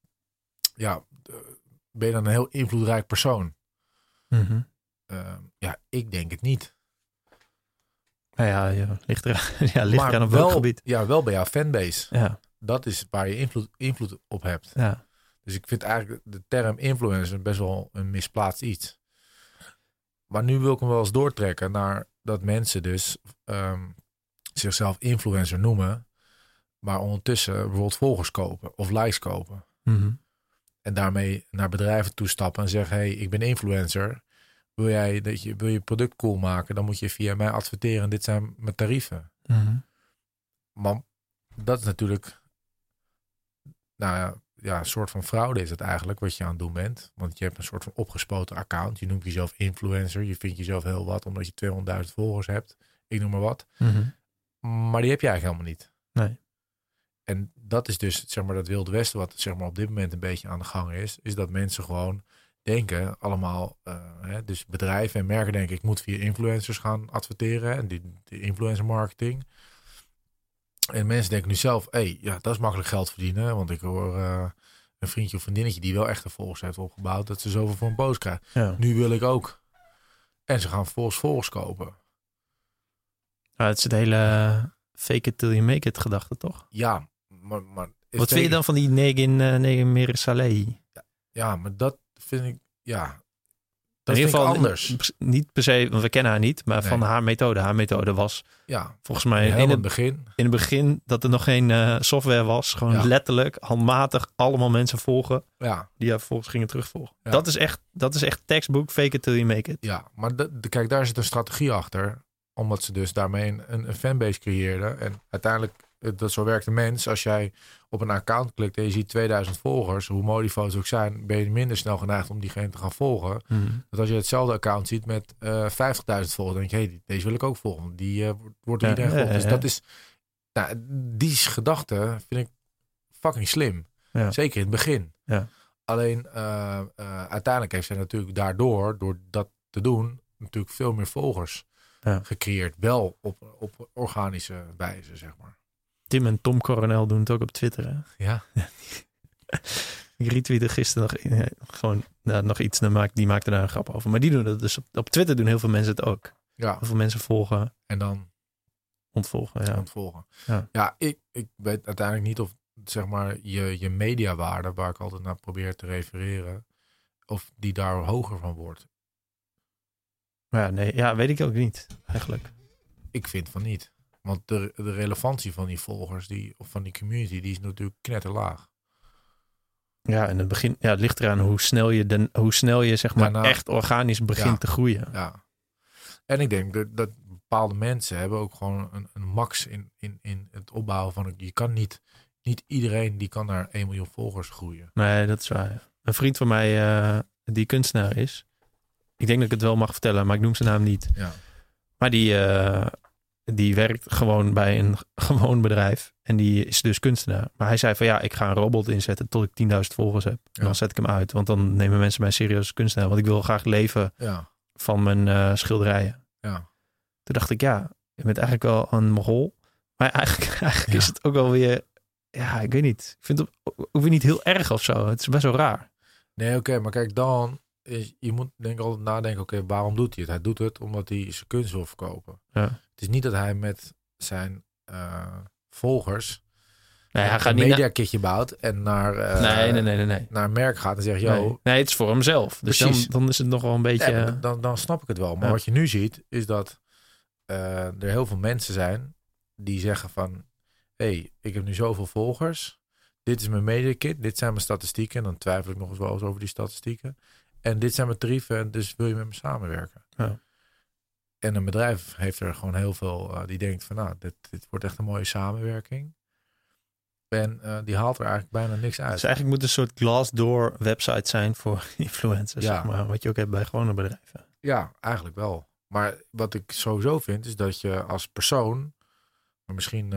ben je dan een heel invloedrijk persoon? Mm-hmm. Ik denk het niet. Nou ligt eraan op welk gebied. Ja, wel bij jouw fanbase. Ja. Dat is waar je invloed op hebt. Ja. Dus ik vind eigenlijk de term influencer best wel een misplaatst iets. Maar nu wil ik hem wel eens doortrekken naar dat mensen dus zichzelf influencer noemen, maar ondertussen bijvoorbeeld volgers kopen of likes kopen. Mm-hmm. En daarmee naar bedrijven toestappen en zeggen, hey, ik ben influencer. Wil je product cool maken, dan moet je via mij adverteren. Dit zijn mijn tarieven. Mm-hmm. Maar dat is natuurlijk... een soort van fraude is het eigenlijk wat je aan het doen bent. Want je hebt een soort van opgespoten account. Je noemt jezelf influencer. Je vindt jezelf heel wat omdat je 200.000 volgers hebt. Ik noem maar wat. Mm-hmm. Maar die heb je eigenlijk helemaal niet. Nee. En dat is dus zeg maar dat Wilde Westen wat zeg maar op dit moment een beetje aan de gang is. Is dat mensen gewoon denken allemaal, dus bedrijven en merken denken, ik moet via influencers gaan adverteren en die influencer marketing. En mensen denken nu zelf, dat is makkelijk geld verdienen, want ik hoor een vriendje of vriendinnetje die wel echt een volgers heeft opgebouwd, dat ze zoveel voor een post krijgen. Ja. Nu wil ik ook. En ze gaan vervolgens volgers kopen. Het is het hele fake it till you make it gedachte, toch? Ja, maar wat vind je dan van die Negin Meresaleh? Ja, maar dat vind ik, Dat in ieder geval anders. Niet per se, want we kennen haar niet, maar Nee. van haar methode. Haar methode was volgens mij in het begin dat er nog geen software was. Gewoon letterlijk, handmatig, allemaal mensen volgen. Ja. Die haar vervolgens gingen terugvolgen. Ja. Dat is echt textbook, fake it till you make it. Ja, maar kijk, daar zit een strategie achter. Omdat ze dus daarmee een fanbase creëerden. En uiteindelijk, zo werkt de mens. Als jij op een account klikt en je ziet 2000 volgers, hoe mooi die foto's ook zijn, ben je minder snel geneigd om diegene te gaan volgen. Dat als je hetzelfde account ziet met 50.000 volgers, dan denk je, hey, deze wil ik ook volgen. Die wordt door iedereen gevolgd. Dus dat is, die gedachte vind ik fucking slim. Ja. Zeker in het begin. Ja. Alleen, uiteindelijk heeft zij natuurlijk door dat te doen, natuurlijk veel meer volgers gecreëerd. Wel op organische wijze, zeg maar. Tim en Tom Coronel doen het ook op Twitter, hè? Ja. Ik retweette gisteren nog iets, die maakte daar een grap over. Maar die doen dat dus op Twitter doen heel veel mensen het ook. Ja. Heel veel mensen volgen. En dan? Ontvolgen, ja. Ja, ik weet uiteindelijk niet of, zeg maar, je mediawaarde, waar ik altijd naar probeer te refereren, of die daar hoger van wordt. Ja, weet ik ook niet, eigenlijk. Ik vind van niet. Want de relevantie van die volgers, of van die community, die is natuurlijk knetterlaag. Ja, in het begin, het ligt eraan hoe snel je zeg maar echt organisch begint te groeien. Ja. En ik denk dat bepaalde mensen hebben ook gewoon een max in het opbouwen van, je kan niet iedereen die kan naar 1 miljoen volgers groeien. Nee, dat is waar. Een vriend van mij die kunstenaar is, ik denk dat ik het wel mag vertellen, maar ik noem zijn naam niet. Ja. Maar die werkt gewoon bij een gewoon bedrijf. En die is dus kunstenaar. Maar hij zei van ik ga een robot inzetten tot ik 10.000 volgers heb. En dan zet ik hem uit. Want dan nemen mensen mij serieus als kunstenaar. Want ik wil graag leven van mijn schilderijen. Ja. Toen dacht ik, je bent eigenlijk wel een mogol. Maar eigenlijk is het ook wel weer, ik weet niet. Ik vind het ook weer niet heel erg of zo. Het is best wel raar. Nee, oké, maar kijk dan. Je moet altijd nadenken, waarom doet hij het? Hij doet het omdat hij zijn kunst wil verkopen. Ja. Het is niet dat hij met zijn volgers hij gaat een mediakitje bouwt en naar een merk gaat en zegt, nee, het is voor hemzelf. Dus dan is het nog wel een beetje... Ja, dan snap ik het wel. Maar wat je nu ziet, is dat er heel veel mensen zijn die zeggen van, hey, ik heb nu zoveel volgers. Dit is mijn mediakit, dit zijn mijn statistieken. En dan twijfel ik nog eens wel eens over die statistieken. En dit zijn mijn tarieven, en dus wil je met me samenwerken. Ja. En een bedrijf heeft er gewoon heel veel, die denkt van, dit wordt echt een mooie samenwerking. En die haalt er eigenlijk bijna niks uit. Dus eigenlijk moet een soort Glassdoor website zijn voor influencers, zeg maar. Wat je ook hebt bij gewone bedrijven. Ja, eigenlijk wel. Maar wat ik sowieso vind, is dat je als persoon, maar misschien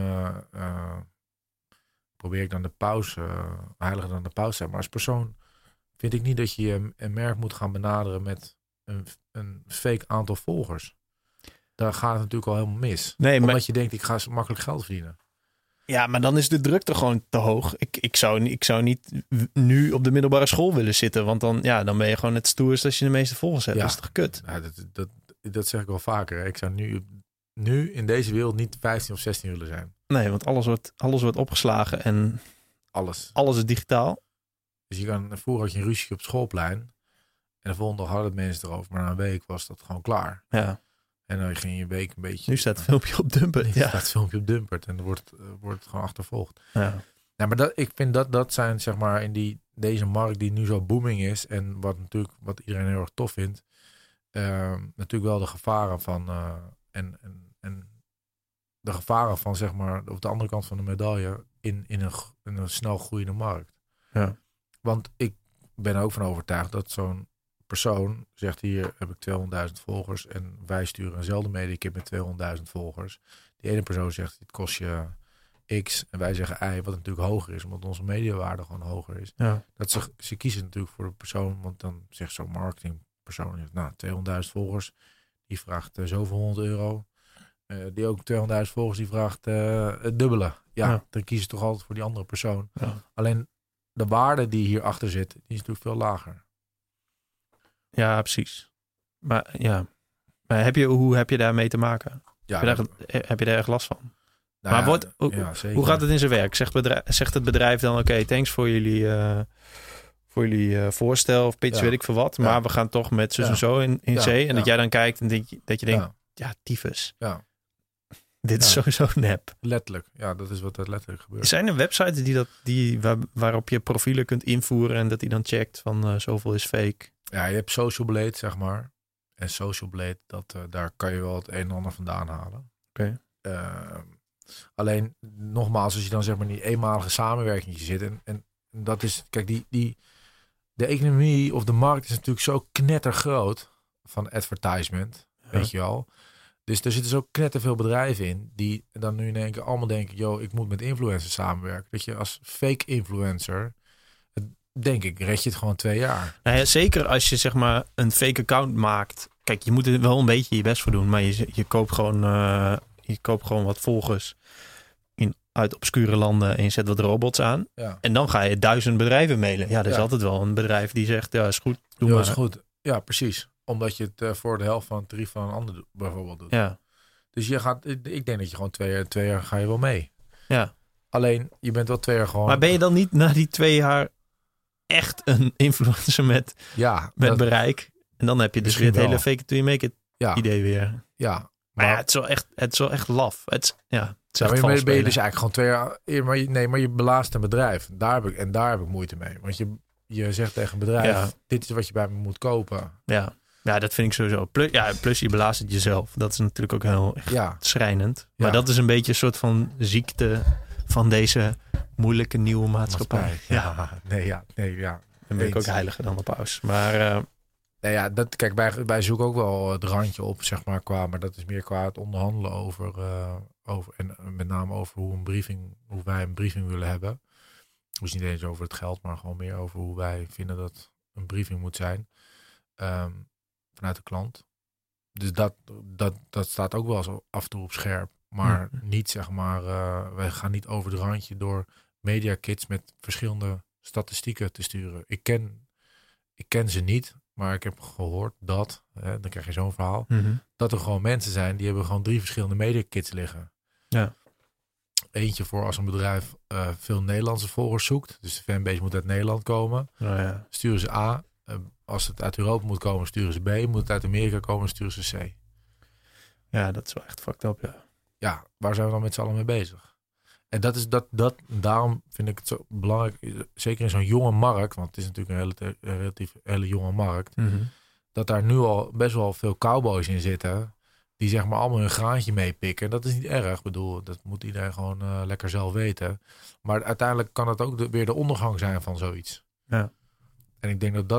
probeer ik dan de pauze, heiliger dan de pauze zijn, maar als persoon vind ik niet dat je een merk moet gaan benaderen met een fake aantal volgers. Daar gaat het natuurlijk al helemaal mis. Nee, omdat je denkt, ik ga makkelijk geld verdienen. Ja, maar dan is de drukte gewoon te hoog. Ik zou niet nu op de middelbare school willen zitten. Want dan ben je gewoon het stoerst als je de meeste volgers hebt. Dat is toch kut? Ja, dat zeg ik wel vaker. Hè. Ik zou nu in deze wereld niet 15 of 16 willen zijn. Nee, want alles wordt opgeslagen en alles is digitaal. Dus vroeger had je een ruzie op het schoolplein. En de volgende dag hadden mensen erover. Maar na een week was dat gewoon klaar. Ja. En dan ging je een week een beetje... Nu staat het filmpje op Dumpert. Nu staat het filmpje op Dumpert. En dan wordt het gewoon achtervolgd. Ja. Maar ik vind dat zijn, zeg maar, in deze markt die nu zo booming is. En wat iedereen heel erg tof vindt. Natuurlijk wel de gevaren van... En de gevaren van, zeg maar, op de andere kant van de medaille. In een snel groeiende markt. Ja. Want ik ben er ook van overtuigd dat zo'n persoon zegt, hier heb ik 200.000 volgers en wij sturen eenzelfde mediakit met 200.000 volgers. Die ene persoon zegt, dit kost je X en wij zeggen Y, wat natuurlijk hoger is, omdat onze mediawaarde gewoon hoger is. Ja. Dat ze kiezen natuurlijk voor de persoon, want dan zegt zo'n marketingpersoon, 200.000 volgers, die vraagt zoveel €100. Die ook 200.000 volgers, die vraagt het dubbele. Ja, dan kiezen ze toch altijd voor die andere persoon. Ja. Alleen de waarde die hierachter zit, die is natuurlijk veel lager. Ja, precies. Maar hoe heb je daarmee te maken? Ja, heb je daar erg last van? Nou maar zeker. Hoe gaat het in zijn werk? Zegt het bedrijf dan, oké, thanks voor voor jullie voorstel of pitch, weet ik veel wat. Maar we gaan toch met zus en zo in zee. En dat jij dan kijkt en dat je denkt, tyfus. Ja. Dit is sowieso nep. Letterlijk. Ja, dat is wat er letterlijk gebeurt. Zijn er websites waarop je profielen kunt invoeren en dat die dan checkt van zoveel is fake? Ja, je hebt Social Blade, zeg maar. En Social Blade, daar kan je wel het een en ander vandaan halen. Oké. Alleen, nogmaals, als je dan zeg maar in die eenmalige samenwerking zit. En dat is, kijk, de economie of de markt is natuurlijk zo knettergroot van advertisement. Weet je wel. Dus er zitten zo knetterveel bedrijven in die dan nu in één keer allemaal denken, yo, ik moet met influencers samenwerken. Dat je als fake influencer, denk ik, red je het gewoon 2 jaar. Nou ja, zeker als je zeg maar een fake account maakt. Kijk, je moet er wel een beetje je best voor doen, maar je koopt gewoon wat volgers uit obscure landen en je zet wat robots aan. Ja. En dan ga je 1000 bedrijven mailen. Ja, er is altijd wel een bedrijf die zegt, ja, is goed, doe maar. Is goed. Ja, precies. Omdat je het voor de helft van het tarief van een ander bijvoorbeeld doet. Ja. Dus ik denk dat je gewoon 2 jaar ga je wel mee. Ja. Alleen, je bent wel 2 jaar gewoon... Maar ben je dan niet na die 2 jaar echt een influencer met bereik? En dan heb je dus weer het hele fake it till you make it idee weer. Ja. Maar het is wel echt laf. Maar ben je dus eigenlijk gewoon 2 jaar... Maar je belaast een bedrijf. Daar heb ik moeite mee. Want je zegt tegen een bedrijf, dit is wat je bij me moet kopen. Ja. Ja, dat vind ik sowieso. Plus je belaast het jezelf. Dat is natuurlijk ook heel schrijnend. Maar dat is een beetje een soort van ziekte van deze moeilijke nieuwe maatschappij. Ja. Dan ben ik ook heiliger dan de paus. Maar... kijk, wij zoeken ook wel het randje op, zeg maar, maar dat is meer qua het onderhandelen over en met name over hoe wij een briefing willen hebben. Dus niet eens over het geld, maar gewoon meer over hoe wij vinden dat een briefing moet zijn. Vanuit de klant. Dus dat staat ook wel zo af en toe op scherp. Maar niet, zeg maar, wij gaan niet over het randje door media kits met verschillende statistieken te sturen. Ik ken ze niet, maar ik heb gehoord dat, dan krijg je zo'n verhaal, dat er gewoon mensen zijn die hebben gewoon 3 verschillende media kits liggen. Ja. Eentje voor als een bedrijf veel Nederlandse volgers zoekt. Dus de fanbase moet uit Nederland komen. Sturen ze A. Als het uit Europa moet komen, sturen ze B. Moet het uit Amerika komen, sturen ze C. Ja, dat is wel echt fucked up, Ja, waar zijn we dan met z'n allen mee bezig? En daarom vind ik het zo belangrijk, zeker in zo'n jonge markt, want het is natuurlijk een relatief hele jonge markt, dat daar nu al best wel veel cowboys in zitten, die zeg maar allemaal hun graantje meepikken. Dat is niet erg, ik bedoel, dat moet iedereen gewoon lekker zelf weten. Maar uiteindelijk kan het ook weer de ondergang zijn van zoiets. Ja. En ik denk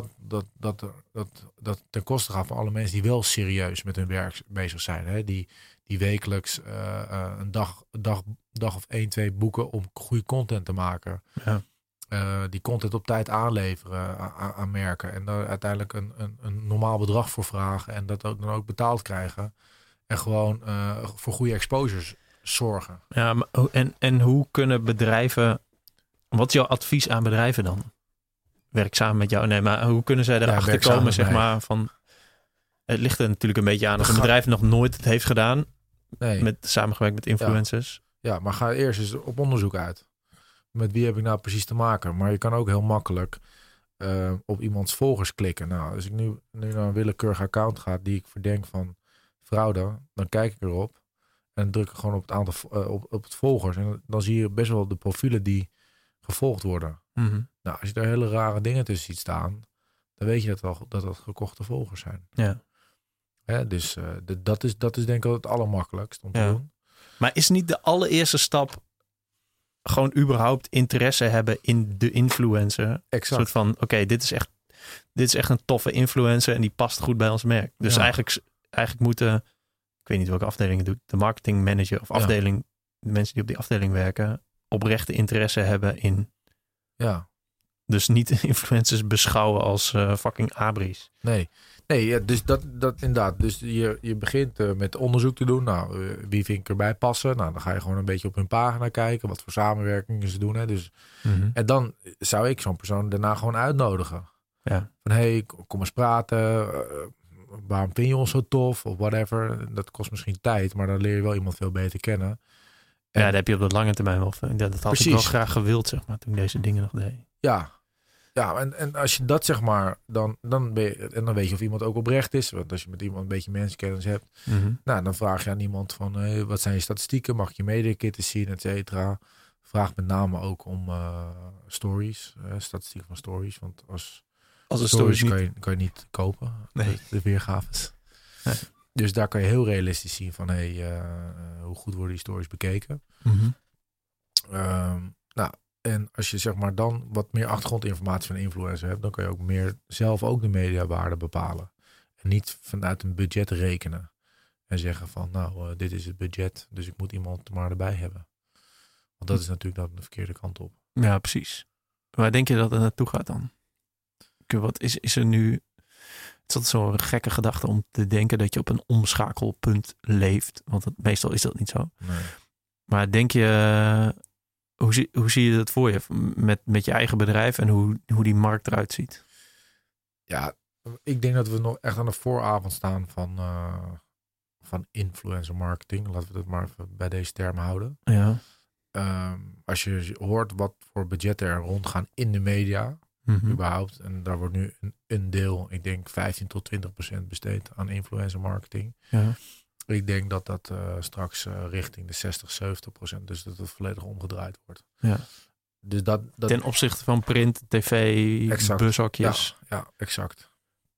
dat ten koste gaat van alle mensen die wel serieus met hun werk bezig zijn. Hè? Die wekelijks een dag of 1, 2 boeken om goede content te maken. Ja. Die content op tijd aanleveren aan merken. En daar uiteindelijk een normaal bedrag voor vragen. En dat dan ook betaald krijgen. En gewoon voor goede exposures zorgen. Ja, en hoe kunnen bedrijven... Wat is jouw advies aan bedrijven dan? Werk samen met jou. Nee, maar hoe kunnen zij erachter komen, zeg maar, van... Het ligt er natuurlijk een beetje aan als een bedrijf nog nooit het heeft gedaan. Nee. Met samengewerkt met influencers. Ja, maar ga eerst eens op onderzoek uit. Met wie heb ik nou precies te maken? Maar je kan ook heel makkelijk op iemands volgers klikken. Nou, als ik nu naar een willekeurige account ga die ik verdenk van fraude, dan kijk ik erop en druk ik gewoon op het aantal op het volgers. En dan zie je best wel de profielen die gevolgd worden. Nou, als je daar hele rare dingen tussen ziet staan, dan weet je dat gekochte volgers zijn. Ja. Dus dat is denk ik het allermakkelijkst om te doen. Maar is niet de allereerste stap gewoon überhaupt interesse hebben in de influencer? Exact. Een soort van, oké, dit is echt een toffe influencer en die past goed bij ons merk. Dus eigenlijk moeten, ik weet niet welke afdeling het doet, de marketing manager of afdeling, de mensen die op die afdeling werken, oprechte interesse hebben in. Ja. Dus niet influencers beschouwen als fucking abris. Nee, dus dat inderdaad. Dus je begint met onderzoek te doen. Nou, wie vind ik erbij passen? Nou, dan ga je gewoon een beetje op hun pagina kijken. Wat voor samenwerkingen ze doen. Hè? Dus, en dan zou ik zo'n persoon daarna gewoon uitnodigen. Ja. Van, hey, kom eens praten. Waarom vind je ons zo tof? Of whatever. Dat kost misschien tijd. Maar dan leer je wel iemand veel beter kennen. En, dat heb je op de lange termijn wel. Dat had ik wel graag gewild, zeg maar, toen ik deze dingen nog deed. Ja, Ja, en als je dat zeg maar, dan weet je of iemand ook oprecht is. Want als je met iemand een beetje mensenkennis hebt, nou, dan vraag je aan iemand van, hey, wat zijn je statistieken? Mag ik je mediakitten zien, et cetera? Vraag met name ook om stories, statistieken van stories. Want als de stories niet... kan je niet kopen, Nee. de weergaves. Nee. Dus daar kan je heel realistisch zien van, hoe goed worden die stories bekeken. Nou, en als je zeg maar dan wat meer achtergrondinformatie van een influencer hebt, dan kan je ook meer zelf ook de mediawaarde bepalen. En niet vanuit een budget rekenen. En zeggen van, nou, dit is het budget, dus ik moet iemand maar erbij hebben. Want dat is natuurlijk dan de verkeerde kant op. Ja, precies. Waar denk je dat het naartoe gaat dan? Wat is er nu... Het is altijd zo'n gekke gedachte om te denken dat je op een omschakelpunt leeft. Want meestal is dat niet zo. Nee. Maar denk je... Hoe zie je dat voor je? Met je eigen bedrijf en hoe die markt eruit ziet? Ja, ik denk dat we nog echt aan de vooravond staan van influencer marketing. Laten we dat maar even bij deze term houden. Ja. Als je hoort wat voor budgetten er rondgaan in de media, überhaupt. En daar wordt nu een deel, ik denk 15-20% besteed aan influencer marketing. Ja. Ik denk dat dat straks richting de 60-70%, dus dat het volledig omgedraaid wordt. Ja. Dus dat ten opzichte van print, tv, exact. bushokjes. Ja, exact.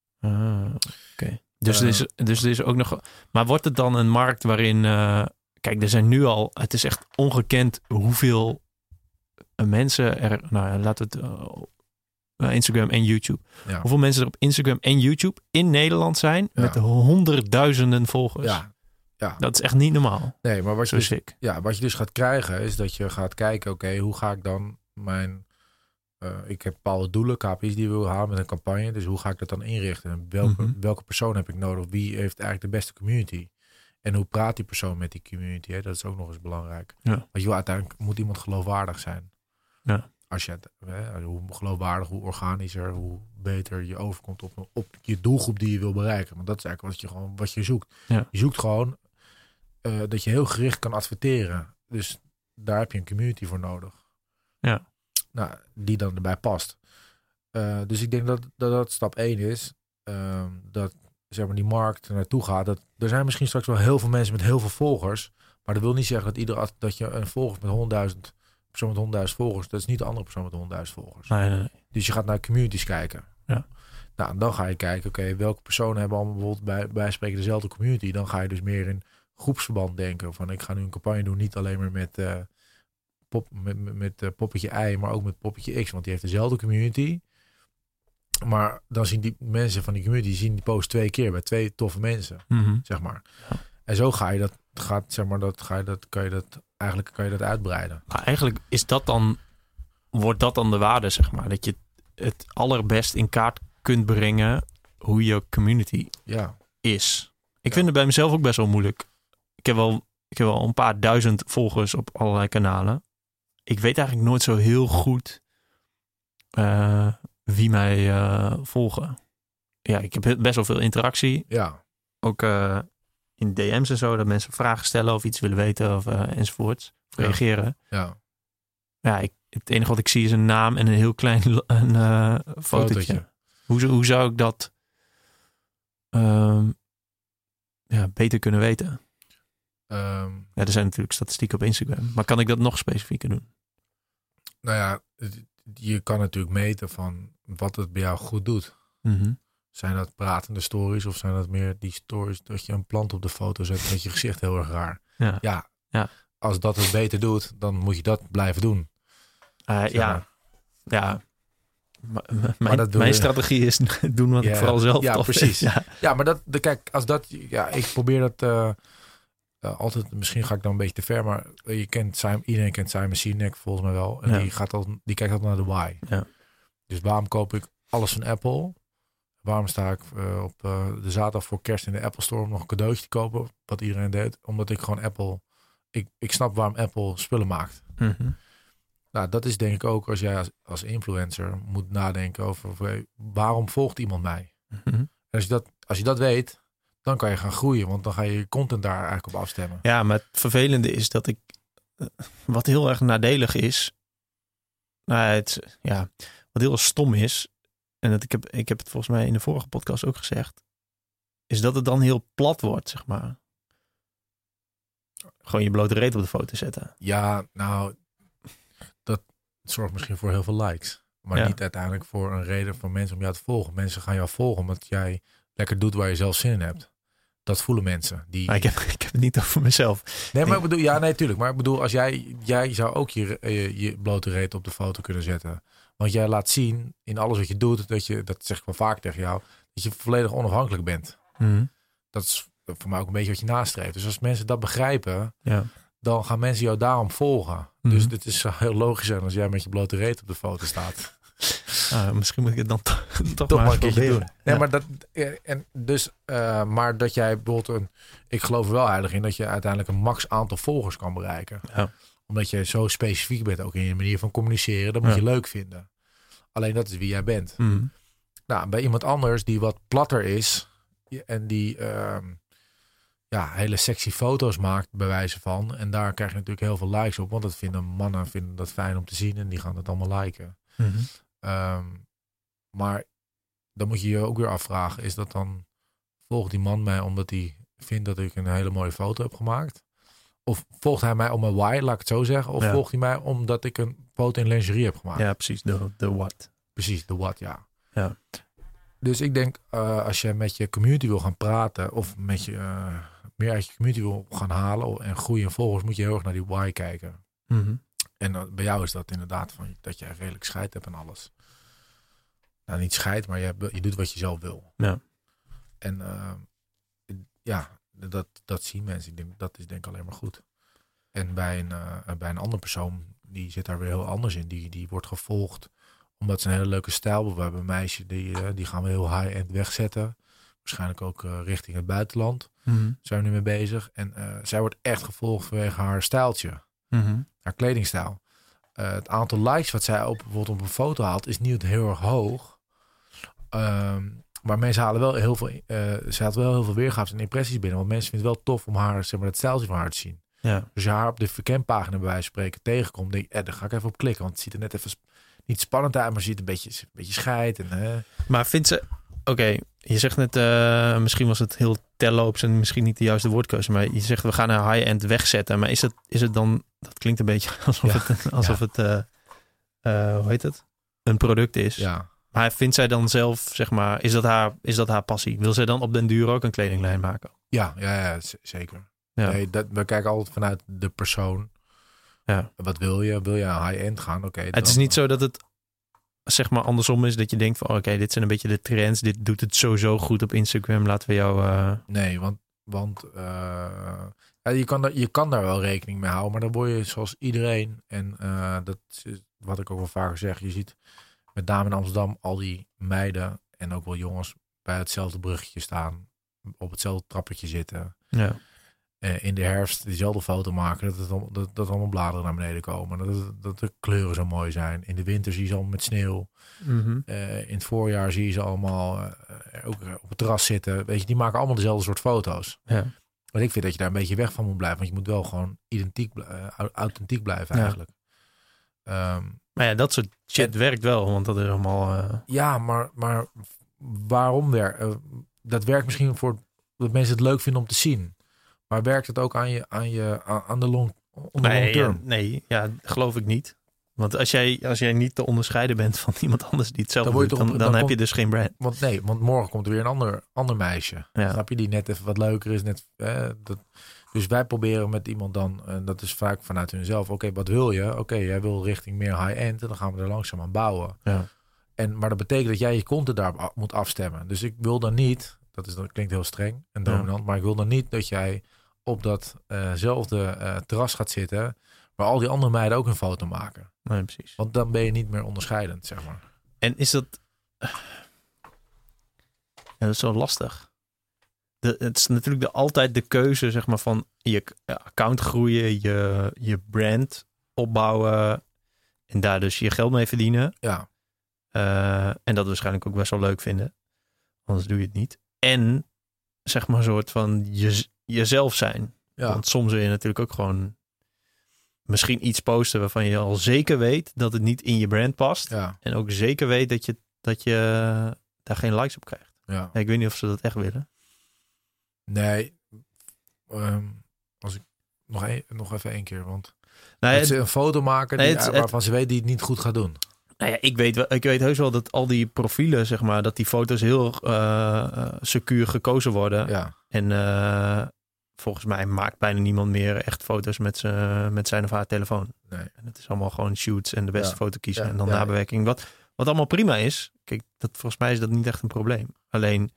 Oké. Dus er is ook nog... Maar wordt het dan een markt waarin... kijk, er zijn nu al... Het is echt ongekend hoeveel mensen er... Nou, laten we het... Instagram en YouTube. Ja. Hoeveel mensen er op Instagram en YouTube in Nederland zijn... met honderdduizenden volgers. Ja. Dat is echt niet normaal. Nee, maar wat je dus gaat krijgen... is dat je gaat kijken... Oké, hoe ga ik dan mijn... ik heb bepaalde doelen, KPI's die we wil halen met een campagne. Dus hoe ga ik dat dan inrichten? En welke persoon heb ik nodig? Wie heeft eigenlijk de beste community? En hoe praat die persoon met die community? Hè? Dat is ook nog eens belangrijk. Ja. Want je wil uiteindelijk moet iemand geloofwaardig zijn. Ja. Als je hoe geloofwaardig, hoe organischer, hoe beter je overkomt op je doelgroep die je wil bereiken. Want dat is eigenlijk wat je zoekt. Ja. Je zoekt gewoon dat je heel gericht kan adverteren. Dus daar heb je een community voor nodig. Ja. Nou, die dan erbij past. Dus ik denk dat stap 1 is. Dat zeg maar die markt naartoe gaat. Er zijn misschien straks wel heel veel mensen met heel veel volgers. Maar dat wil niet zeggen dat je een volger met 100.000 persoon met 100.000 volgers. Dat is niet de andere persoon met 100.000 volgers. Nee. Dus je gaat naar communities kijken. Ja. Nou, en dan ga je kijken, oké, welke personen hebben allemaal bijvoorbeeld bij spreken dezelfde community. Dan ga je dus meer in groepsverband denken. Van ik ga nu een campagne doen, niet alleen maar met poppetje I, maar ook met poppetje X. Want die heeft dezelfde community. Maar dan zien die mensen van die community die post 2 keer bij 2 toffe mensen, zeg maar. Ja. En zo kan je dat uitbreiden. Maar eigenlijk wordt dat dan de waarde, zeg maar. Dat je het allerbest in kaart kunt brengen hoe je community is. Ik vind het bij mezelf ook best wel moeilijk. Ik heb wel een paar duizend volgers op allerlei kanalen. Ik weet eigenlijk nooit zo heel goed wie mij volgen. Ja, ik heb best wel veel interactie. Ja. Ook in DM's en zo, dat mensen vragen stellen of iets willen weten of enzovoorts. Of reageren. Ja. Ja, het enige wat ik zie is een naam en een heel klein fotootje. Hoe zou ik dat beter kunnen weten? Er zijn natuurlijk statistieken op Instagram. Maar kan ik dat nog specifieker doen? Nou ja, je kan natuurlijk meten van wat het bij jou goed doet. Zijn dat pratende stories of zijn dat meer die stories dat je een plant op de foto zet met je gezicht heel erg raar? Ja. Als dat het beter doet, dan moet je dat blijven doen. Mijn strategie is doen wat ik vooral zelf tof precies. Vind. Ja, maar kijk, als dat... Ja, ik probeer dat altijd... Misschien ga ik dan een beetje te ver, maar iedereen kent Simon Sinek volgens mij wel. En die kijkt altijd naar de why. Ja. Dus waarom koop ik alles van Apple? Waarom sta ik op de zaterdag voor kerst in de Apple Store om nog een cadeautje te kopen? Wat iedereen deed. Omdat ik gewoon Apple... Ik snap waarom Apple spullen maakt. Nou, dat is denk ik ook als jij als influencer moet nadenken over waarom volgt iemand mij? En als je dat weet, dan kan je gaan groeien. Want dan ga je content daar eigenlijk op afstemmen. Ja, maar het vervelende is dat wat heel erg nadelig is... wat heel stom is, en dat ik heb het volgens mij in de vorige podcast ook gezegd, is dat het dan heel plat wordt, zeg maar. Gewoon je blote reet op de foto zetten. Ja, nou, dat zorgt misschien voor heel veel likes. Maar niet uiteindelijk voor een reden voor mensen om jou te volgen. Mensen gaan jou volgen omdat jij lekker doet waar je zelf zin in hebt. Dat voelen mensen. Maar ik heb het niet over mezelf. Nee, maar ik bedoel, nee, tuurlijk. Maar ik bedoel, als jij zou ook je blote reet op de foto kunnen zetten. Want jij laat zien in alles wat je doet, dat zeg ik wel vaak tegen jou, dat je volledig onafhankelijk bent. Mm-hmm. Dat is voor mij ook een beetje wat je nastreeft. Dus als mensen dat begrijpen, ja, dan gaan mensen jou daarom volgen. Mm-hmm. Dus dit is heel logisch zijn als jij met je blote reet op de foto staat. Misschien moet ik het dan toch maar een keertje doen. Nee, ja. Maar dat jij bijvoorbeeld ik geloof er wel heilig in dat je uiteindelijk een max aantal volgers kan bereiken. Ja. Omdat je zo specifiek bent, ook in je manier van communiceren. Dat moet je leuk vinden. Alleen dat is wie jij bent. Mm-hmm. Nou, bij iemand anders die wat platter is en die hele sexy foto's maakt bij wijze van. En daar krijg je natuurlijk heel veel likes op. Want mannen vinden dat fijn om te zien en die gaan het allemaal liken. Mm-hmm. Maar dan moet je je ook weer afvragen, is dat dan, volgt die man mij omdat hij vindt dat ik een hele mooie foto heb gemaakt? Of volgt hij mij om een why, laat ik het zo zeggen? Of volgt hij mij omdat ik een foto in lingerie heb gemaakt? Ja, precies, de what. Precies, de what, ja. Dus ik denk, als je met je community wil gaan praten of met je meer uit je community wil gaan halen en groeien in volgers, moet je heel erg naar die why kijken. Mm-hmm. En bij jou is dat inderdaad van dat je redelijk scheid hebt en alles. Nou, niet scheid, maar je doet wat je zelf wil. Ja. En dat zien mensen. Ik denk, dat is denk ik alleen maar goed. En bij een andere persoon, die zit daar weer heel anders in. Die wordt gevolgd omdat ze een hele leuke stijl hebben. We hebben een meisje, die gaan we heel high-end wegzetten. Waarschijnlijk ook richting het buitenland. Mm-hmm. Zijn we nu mee bezig. En zij wordt echt gevolgd vanwege haar stijltje. Mm-hmm. Haar kledingstijl. Het aantal likes wat zij bijvoorbeeld op een foto haalt is niet heel erg hoog. Maar mensen halen wel heel veel. Ze had wel heel veel weergaves en impressies binnen. Want mensen vinden het wel tof om haar, zeg maar, het stijltje van haar te zien. Ja. Dus als je haar op de verkenpagina bij wijze van spreken tegenkomt, denk je, daar ga ik even op klikken. Want het ziet er net even niet spannend uit, maar ziet een beetje scheid. En, Maar vindt ze... Oké, je zegt net, misschien was het heel terloops en misschien niet de juiste woordkeuze. Maar je zegt, we gaan een high-end wegzetten. Maar is het dan... Dat klinkt een beetje alsof het hoe heet het? Een product is. Ja. Maar vindt zij dan zelf, zeg maar, is dat haar passie? Wil zij dan op den duur ook een kledinglijn maken? Ja, zeker. Ja. Nee, we kijken altijd vanuit de persoon. Ja. Wat wil je? Wil je high-end gaan? Oké. Het is niet zo dat het, zeg maar, andersom is. Dat je denkt van, oké, dit zijn een beetje de trends. Dit doet het sowieso goed op Instagram. Laten we jou... Nee, want je kan daar wel rekening mee houden. Maar dan word je zoals iedereen. En dat is wat ik ook wel vaker zeg. Je ziet met name in Amsterdam al die meiden en ook wel jongens bij hetzelfde bruggetje staan. Op hetzelfde trappetje zitten. Ja. In de herfst diezelfde foto maken. Dat allemaal bladeren naar beneden komen. Dat de kleuren zo mooi zijn. In de winter zie je ze allemaal met sneeuw. Mm-hmm. In het voorjaar zie je ze allemaal ook op het terras zitten. Weet je, die maken allemaal dezelfde soort foto's. Ja. Maar ik vind dat je daar een beetje weg van moet blijven. Want je moet wel gewoon authentiek blijven eigenlijk. Maar ja, dat soort shit werkt wel. Want dat is allemaal... Ja, maar waarom dat werkt misschien voor dat mensen het leuk vinden om te zien. Maar werkt het ook aan de long term? Nee, geloof ik niet. Want als jij niet te onderscheiden bent van iemand anders die hetzelfde doet, dan heb je dus geen brand. Want morgen komt er weer een ander meisje. Ja. Snap je? Die net even wat leuker is. Dus wij proberen met iemand dan, en dat is vaak vanuit hunzelf. Oké, wat wil je? Oké, jij wil richting meer high-end. En dan gaan we er langzaam aan bouwen. Ja. Maar dat betekent dat jij je content daar moet afstemmen. Dus ik wil dan niet, dat klinkt heel streng en dominant. Maar ik wil dan niet dat jij op datzelfde terras gaat zitten, waar al die andere meiden ook een foto maken. Nee, precies. Want dan ben je niet meer onderscheidend, zeg maar. En is dat... dat is zo lastig. Het is natuurlijk altijd de keuze, zeg maar, van je account groeien, je brand opbouwen en daar dus je geld mee verdienen. Ja. En dat waarschijnlijk ook best wel leuk vinden. Anders doe je het niet. En, zeg maar, een soort van jezelf zijn. Ja. Want soms wil je natuurlijk ook gewoon misschien iets posten waarvan je al zeker weet dat het niet in je brand past. Ja. En ook zeker weet dat je daar geen likes op krijgt. Ja. Ik weet niet of ze dat echt willen. Nee. Als ik nog even één keer, want Nou, dat ze een foto maken waarvan ze weten die het niet goed gaat doen. Nou ja, ik weet heus wel dat al die profielen, zeg maar, dat die foto's heel secuur gekozen worden. Ja. En volgens mij maakt bijna niemand meer echt foto's met zijn of haar telefoon. Nee. En het is allemaal gewoon shoots en de beste foto kiezen en dan ja. nabewerking. Wat allemaal prima is. Kijk, volgens mij is dat niet echt een probleem. Alleen,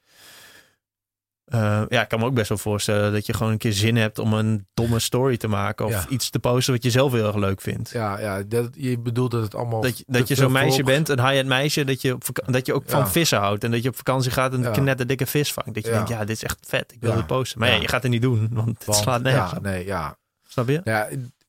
ik kan me ook best wel voorstellen dat je gewoon een keer zin hebt om een domme story te maken. Of iets te posten wat je zelf heel erg leuk vindt. Ja, je bedoelt dat het allemaal... Dat je zo'n meisje bent, een high-end meisje, dat je ook van vissen houdt. En dat je op vakantie gaat en een knetterdikke vis vangt. Dat je denkt, dit is echt vet. Ik wil het posten. Maar je gaat het niet doen, want het slaat nergens op. Snap je? Ja,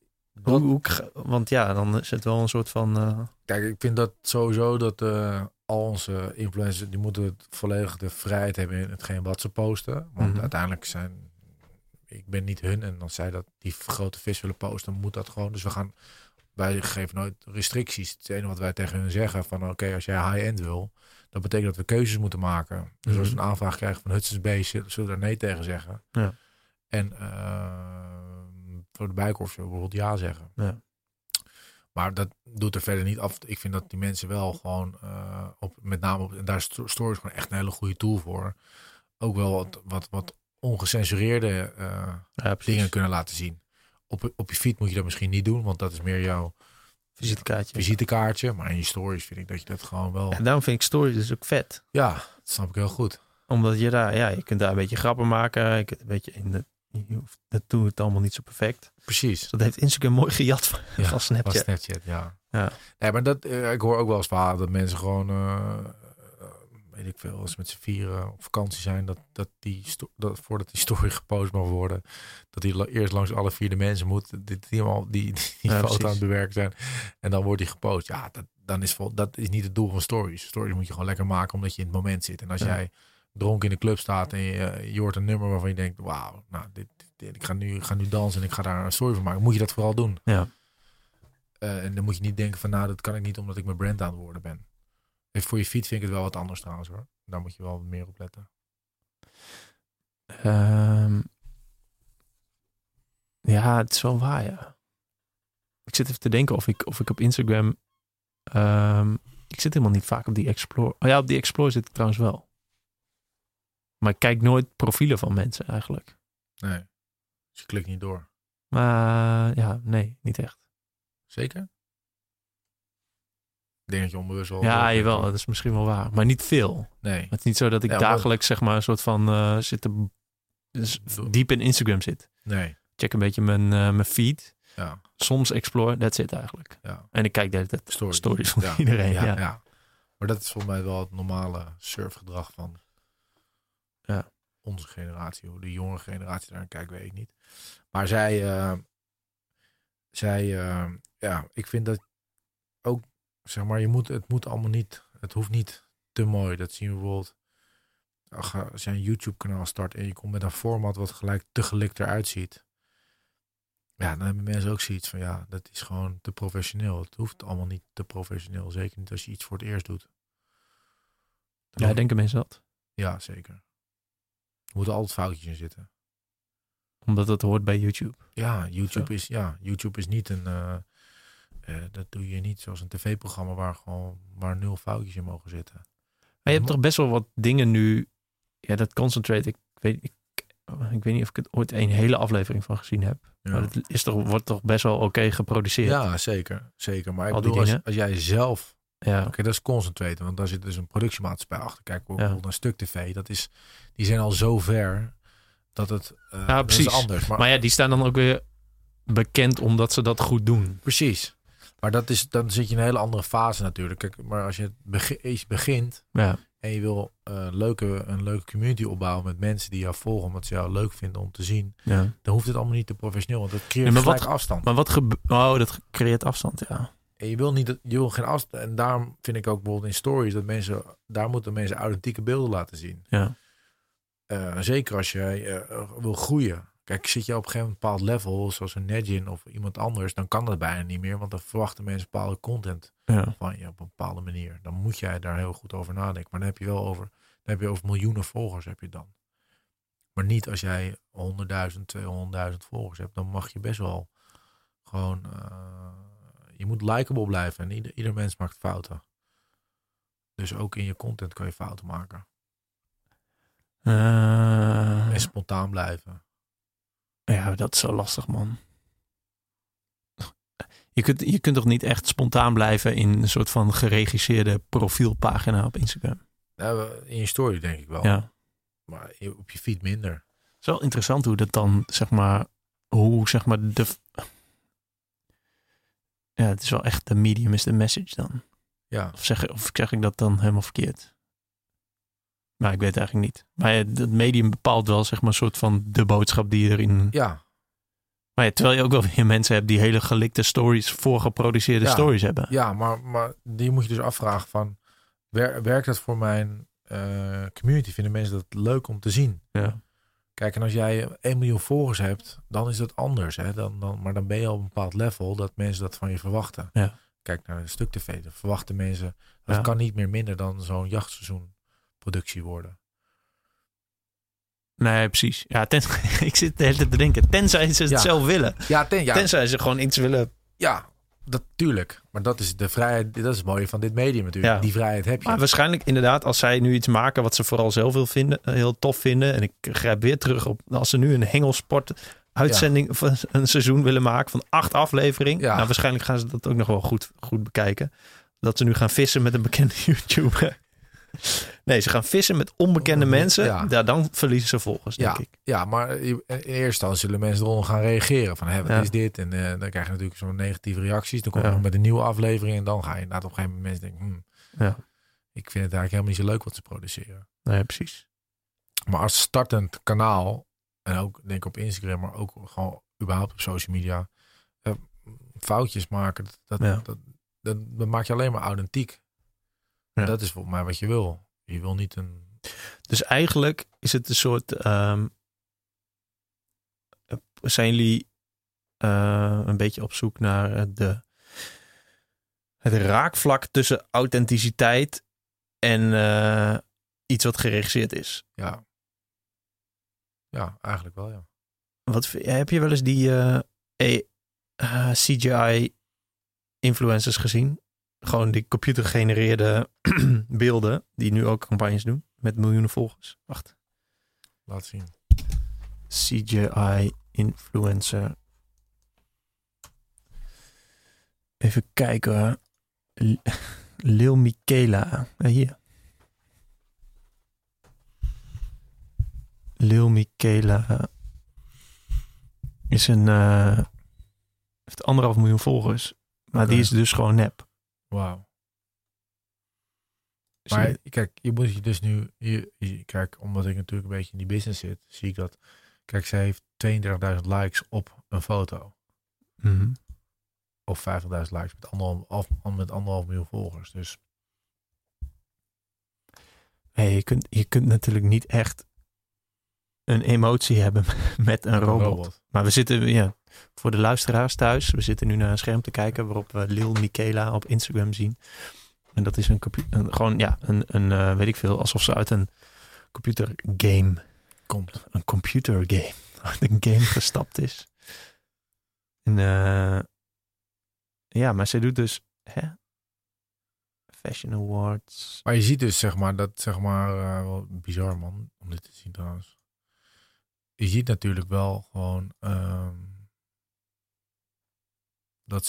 want dan is het wel een soort van... Kijk, ik vind dat sowieso dat al onze influencers, die moeten het de vrijheid hebben in hetgeen wat ze posten. Want uiteindelijk ik ben niet hun. En als zij die grote vis willen posten, dan moet dat gewoon. Dus wij geven nooit restricties. Het enige wat wij tegen hun zeggen van oké, als jij high-end wil, dat betekent dat we keuzes moeten maken. Dus als we een aanvraag krijgen van Hudson's Bay, zullen we daar nee tegen zeggen. Ja. En voor de Bijenkorf zullen we bijvoorbeeld ja zeggen. Ja. Maar dat doet er verder niet af. Ik vind dat die mensen wel gewoon met name en daar is Stories gewoon echt een hele goede tool voor. Ook wel wat ongecensureerde dingen kunnen laten zien. Op je feed moet je dat misschien niet doen, want dat is meer jouw visitekaartje. Maar in je stories vind ik dat je dat gewoon wel... En daarom vind ik stories dus ook vet. Ja, dat snap ik heel goed. Omdat je je kunt daar een beetje grappen maken. Je kunt een beetje dat doet het allemaal niet zo perfect. Precies. Dus dat heeft Instagram mooi gejat van Snapchat. Van Snapchat, ja. Nee, maar ik hoor ook wel eens verhalen dat mensen gewoon, weet ik veel, als ze met z'n vieren op vakantie zijn, dat voordat die story gepost mag worden, dat die eerst langs alle 4 de mensen moet, die foto aan het bewerken zijn. En dan wordt die gepost. Ja, dat is niet het doel van stories. Stories moet je gewoon lekker maken omdat je in het moment zit. En als jij dronken in de club staat en je hoort een nummer waarvan je denkt, wauw, nou, ik ga nu dansen en ik ga daar een story van maken. Moet je dat vooral doen. Ja. En dan moet je niet denken van, nou, dat kan ik niet omdat ik mijn brand aan het worden ben. En voor je feed vind ik het wel wat anders trouwens hoor. Daar moet je wel meer op letten. Ja, het is wel waar, ja. Ik zit even te denken of ik op Instagram... ik zit helemaal niet vaak op die Explore. Oh ja, op die Explore zit ik trouwens wel. Maar ik kijk nooit profielen van mensen eigenlijk. Nee, dus je klikt niet door. Maar nee, niet echt. Zeker? Ik denk dat je onbewust wel... Ja, jawel, dat is misschien wel waar. Maar niet veel. Nee. Het is niet zo dat ik dagelijks zeg maar een soort van diep in Instagram zit. Nee. Check een beetje mijn feed. Ja. Soms explore, that's it eigenlijk. Ja. En ik kijk de hele tijd stories van iedereen. Ja. Maar dat is volgens mij wel het normale surfgedrag van onze generatie. Hoe de jonge generatie daar kijkt, weet ik niet. Maar ik vind dat ook, zeg maar, het moet allemaal niet, het hoeft niet te mooi. Dat zien we bijvoorbeeld, als je een YouTube kanaal start en je komt met een format wat gelijk te gelikt eruit ziet. Ja, dan hebben mensen ook zoiets van, dat is gewoon te professioneel. Het hoeft allemaal niet te professioneel. Zeker niet als je iets voor het eerst doet. Denken mensen dat? Ja, zeker. Er moeten altijd foutjes in zitten. Omdat dat hoort bij YouTube. Ja, YouTube is niet een... dat doe je niet zoals een tv-programma waar 0 foutjes in mogen zitten. Maar je hebt toch best wel wat dingen nu... Ja, dat Concentrate, ik weet niet of ik het ooit een hele aflevering van gezien heb. Ja. Maar het wordt toch best wel oké geproduceerd. Ja, zeker. Maar ik bedoel, als jij zelf... Ja. Oké, dat is Concentrate, want daar zit dus een productiemaatschappij achter. Kijk, bijvoorbeeld een Stuk TV, die zijn al zo ver dat het precies. Dat is anders. Maar die staan dan ook weer bekend omdat ze dat goed doen. Precies. Maar dan zit je in een hele andere fase natuurlijk. Kijk, maar als je begint en je wil een leuke community opbouwen met mensen die jou volgen, omdat ze jou leuk vinden om te zien, dan hoeft het allemaal niet te professioneel, want dat creëert gelijk afstand. Maar dat creëert afstand, ja. En je wil geen afstand. En daarom vind ik ook bijvoorbeeld in stories dat daar moeten mensen authentieke beelden laten zien. Ja. Zeker als jij wil groeien. Kijk, zit je op een gegeven moment een bepaald level, zoals een Nedjin of iemand anders, dan kan dat bijna niet meer, want dan verwachten mensen bepaalde content van je op een bepaalde manier. Dan moet jij daar heel goed over nadenken. Maar dan heb je wel over miljoenen volgers heb je dan. Maar niet als jij 100.000, 200.000 volgers hebt, dan mag je best wel gewoon, je moet likable blijven en ieder mens maakt fouten. Dus ook in je content kan je fouten maken. En spontaan blijven. Ja, dat is zo lastig, man. Je kunt toch niet echt spontaan blijven in een soort van geregisseerde profielpagina op Instagram? In je story denk ik wel. Ja. Maar op je feed minder. Het is wel interessant hoe dat dan, zeg maar, ja, het is wel echt de medium is de message dan. Ja. Of zeg ik dat dan helemaal verkeerd? Maar ik weet het eigenlijk niet. Maar het medium bepaalt wel, zeg maar, een soort van de boodschap die erin... Ja. Maar ja, terwijl je ook wel weer mensen hebt die hele gelikte stories, voorgeproduceerde stories hebben. Ja, maar die moet je dus afvragen van, werkt dat voor mijn community? Vinden mensen dat leuk om te zien? Ja. Kijk, en als jij 1 miljoen volgers hebt, dan is dat anders. Hè? Maar dan ben je op een bepaald level dat mensen dat van je verwachten. Ja. Kijk naar een stuk tv. Dan verwachten mensen, dat kan niet meer minder dan zo'n jachtseizoen productie worden. Nee, precies. Ja, ik zit de hele tijd te denken. Tenzij ze het zelf willen. Ja, tenzij ze gewoon iets willen. Ja, dat tuurlijk. Maar dat is de vrijheid. Dat is het mooie van dit medium natuurlijk. Ja. Die vrijheid heb je. Maar waarschijnlijk inderdaad, als zij nu iets maken wat ze vooral zelf heel tof vinden. En ik grijp weer terug op, als ze nu een hengelsport uitzending of een seizoen willen maken van 8 afleveringen. Ja. Nou, waarschijnlijk gaan ze dat ook nog wel goed bekijken. Dat ze nu gaan vissen met een bekende YouTuber. Nee, ze gaan vissen met onbekende mensen. Ja, dan verliezen ze volgers, denk ik. Ja, maar in eerste instantie zullen mensen eronder gaan reageren. Van, wat is dit? En dan krijg je natuurlijk zo'n negatieve reacties. Dan kom je nog met een nieuwe aflevering. En dan ga je inderdaad op een gegeven moment mensen denken... ik vind het eigenlijk helemaal niet zo leuk wat ze produceren. Nee, precies. Maar als startend kanaal... en ook denk ik op Instagram... maar ook gewoon überhaupt op social media... foutjes maken... dat maak je alleen maar authentiek. Ja. Dat is volgens mij wat je wil. Je wil niet een... Dus eigenlijk is het een soort... zijn jullie een beetje op zoek naar het raakvlak tussen authenticiteit en iets wat geregisseerd is? Ja. Ja, eigenlijk wel, ja. Heb je wel eens die CGI-influencers gezien? Gewoon die computergenereerde beelden die nu ook campagnes doen met miljoenen volgers. Wacht. Laat zien. CGI influencer. Even kijken. Lil Miquela. Hier. Lil Miquela is heeft 1,5 miljoen volgers. Maar die is dus gewoon nep. Wauw. Maar kijk, je moet je dus nu... Kijk, omdat ik natuurlijk een beetje in die business zit, zie ik dat... Kijk, zij heeft 32.000 likes op een foto. Mm-hmm. Of 50.000 likes met 1,5 miljoen volgers. Dus... Hey, je kunt natuurlijk niet echt een emotie hebben met een robot. Maar we zitten... voor de luisteraars thuis, we zitten nu naar een scherm te kijken waarop we Lil Miquela op Instagram zien. En dat is een weet ik veel, alsof ze uit een computergame komt. Een computergame. Uit een game gestapt is. En maar ze doet dus Fashion Awards. Maar je ziet dus wel bizar man, om dit te zien trouwens. Je ziet natuurlijk wel gewoon dat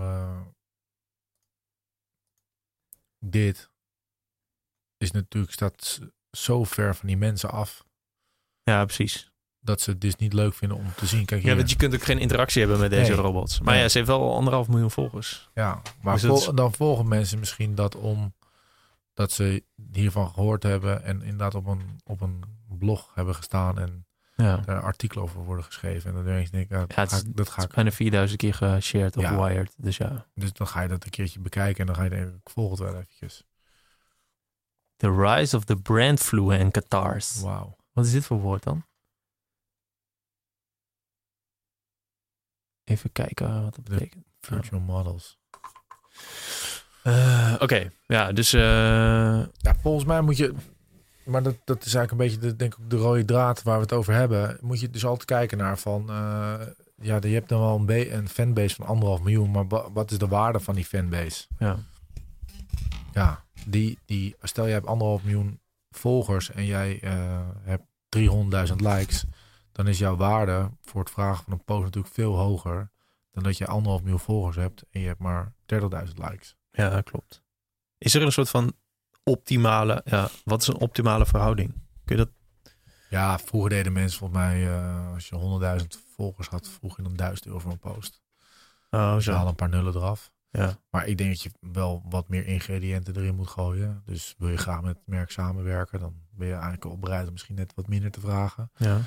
dit is natuurlijk staat zo ver van die mensen af. Ja, precies. Dat ze het dus niet leuk vinden om te zien. Kijk hier. Ja, want je kunt ook geen interactie hebben met deze robots. Maar ze heeft wel 1,5 miljoen volgers. Ja, maar dus dan volgen mensen misschien dat dat ze hiervan gehoord hebben en inderdaad op een blog hebben gestaan en daar artikelen over worden geschreven. En dan denk ik, dat ga ik bijna 4000 keer geshared op Wired. Dus ja. Dus dan ga je dat een keertje bekijken en dan ga je denken, ik volg het wel eventjes. The rise of the brandfluencatars. Wauw. Wat is dit voor woord dan? Even kijken wat dat betekent. Virtual models. Oké, ja, dus... Ja, volgens mij moet je... Maar dat is eigenlijk een beetje denk ik de rode draad waar we het over hebben. Moet je dus altijd kijken naar van... je hebt dan wel een fanbase van 1,5 miljoen. Maar wat is de waarde van die fanbase? Ja. Ja, stel je hebt 1,5 miljoen volgers en jij hebt 300.000 likes. Dan is jouw waarde voor het vragen van een post natuurlijk veel hoger dan dat je 1,5 miljoen volgers hebt en je hebt maar 30.000 likes. Ja, klopt. Is er een soort van optimale... Ja, wat is een optimale verhouding? Kun je dat... Ja, vroeger deden mensen volgens mij... als je 100.000 volgers had, vroeg je dan €1.000 voor een post. Oh, Ze zo. halen een paar nullen eraf. Ja. Maar ik denk dat je wel wat meer ingrediënten erin moet gooien. Dus wil je graag met het merk samenwerken, dan ben je eigenlijk al bereid om misschien net wat minder te vragen. Ja.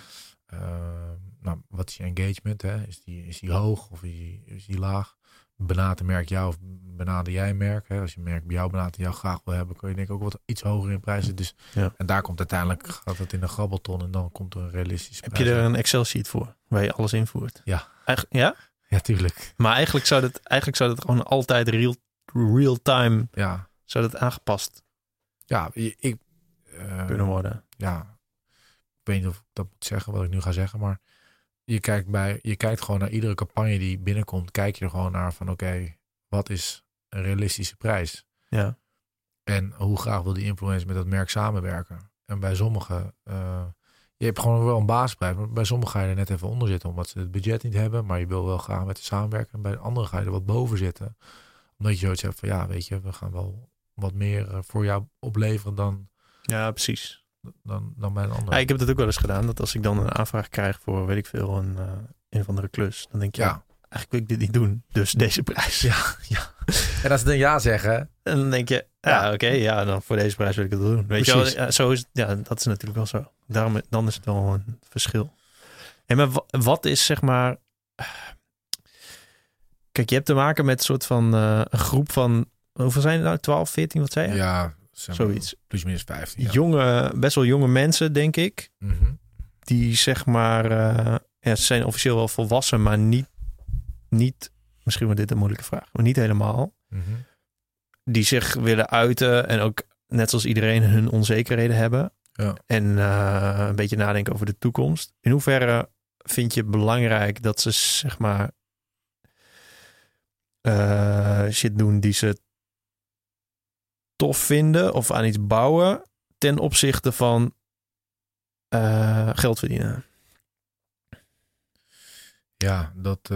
Wat is je engagement? Hè? Is die hoog of is die laag? Benader merk jou of benader jij een merk? Hè? Als je een merk bij jou benadert en jou graag wil hebben, kun je denk ik ook wat iets hoger in prijzen. Dus, Ja. En daar komt uiteindelijk, gaat het in een grabbelton en dan komt er een realistische Heb prijs. je er een Excel-sheet voor waar je alles invoert? Ja. Ja? Ja, tuurlijk. Maar eigenlijk zou dat gewoon altijd real-time Ja. zou dat aangepast Ja, kunnen worden. Ja, ik weet niet of ik dat moet zeggen, wat ik nu ga zeggen, maar je kijkt gewoon naar iedere campagne die binnenkomt, kijk je er gewoon naar van oké, wat is een realistische prijs? Ja. En hoe graag wil die influencer met dat merk samenwerken? En bij sommigen, je hebt gewoon wel een basisprijs, maar bij sommigen ga je er net even onder zitten, omdat ze het budget niet hebben, maar je wil wel graag met ze samenwerken. En bij de anderen ga je er wat boven zitten, omdat je zoiets hebt van ja, weet je, we gaan wel wat meer voor jou opleveren dan Precies. bij een ander. Ja, ik heb dat ook wel eens gedaan, dat als ik dan een aanvraag krijg voor, weet ik veel, een of andere klus, dan denk je, Ja. Eigenlijk wil ik dit niet doen, dus deze prijs. Ja. En als ze dan ja zeggen, En dan denk je, oké, dan voor deze prijs wil ik het doen. Weet je wel, ja, zo is het, ja, dat is natuurlijk wel zo. Dan is het wel een verschil. En maar wat is zeg maar... Kijk, je hebt te maken met een soort van een groep van... Hoeveel zijn er nou? 12, 14, wat zei je? ja, Zoiets. Plus minus 15. Ja. Best wel jonge mensen, denk ik. Mhm. Die zeg maar... ze zijn officieel wel volwassen, maar niet... Misschien wordt dit een moeilijke vraag, maar niet helemaal. Mhm. Die zich willen uiten en ook net zoals iedereen hun onzekerheden hebben. Ja. En een beetje nadenken over de toekomst. In hoeverre vind je het belangrijk dat ze zeg maar shit doen die ze tof vinden of aan iets bouwen ten opzichte van geld verdienen? Ja,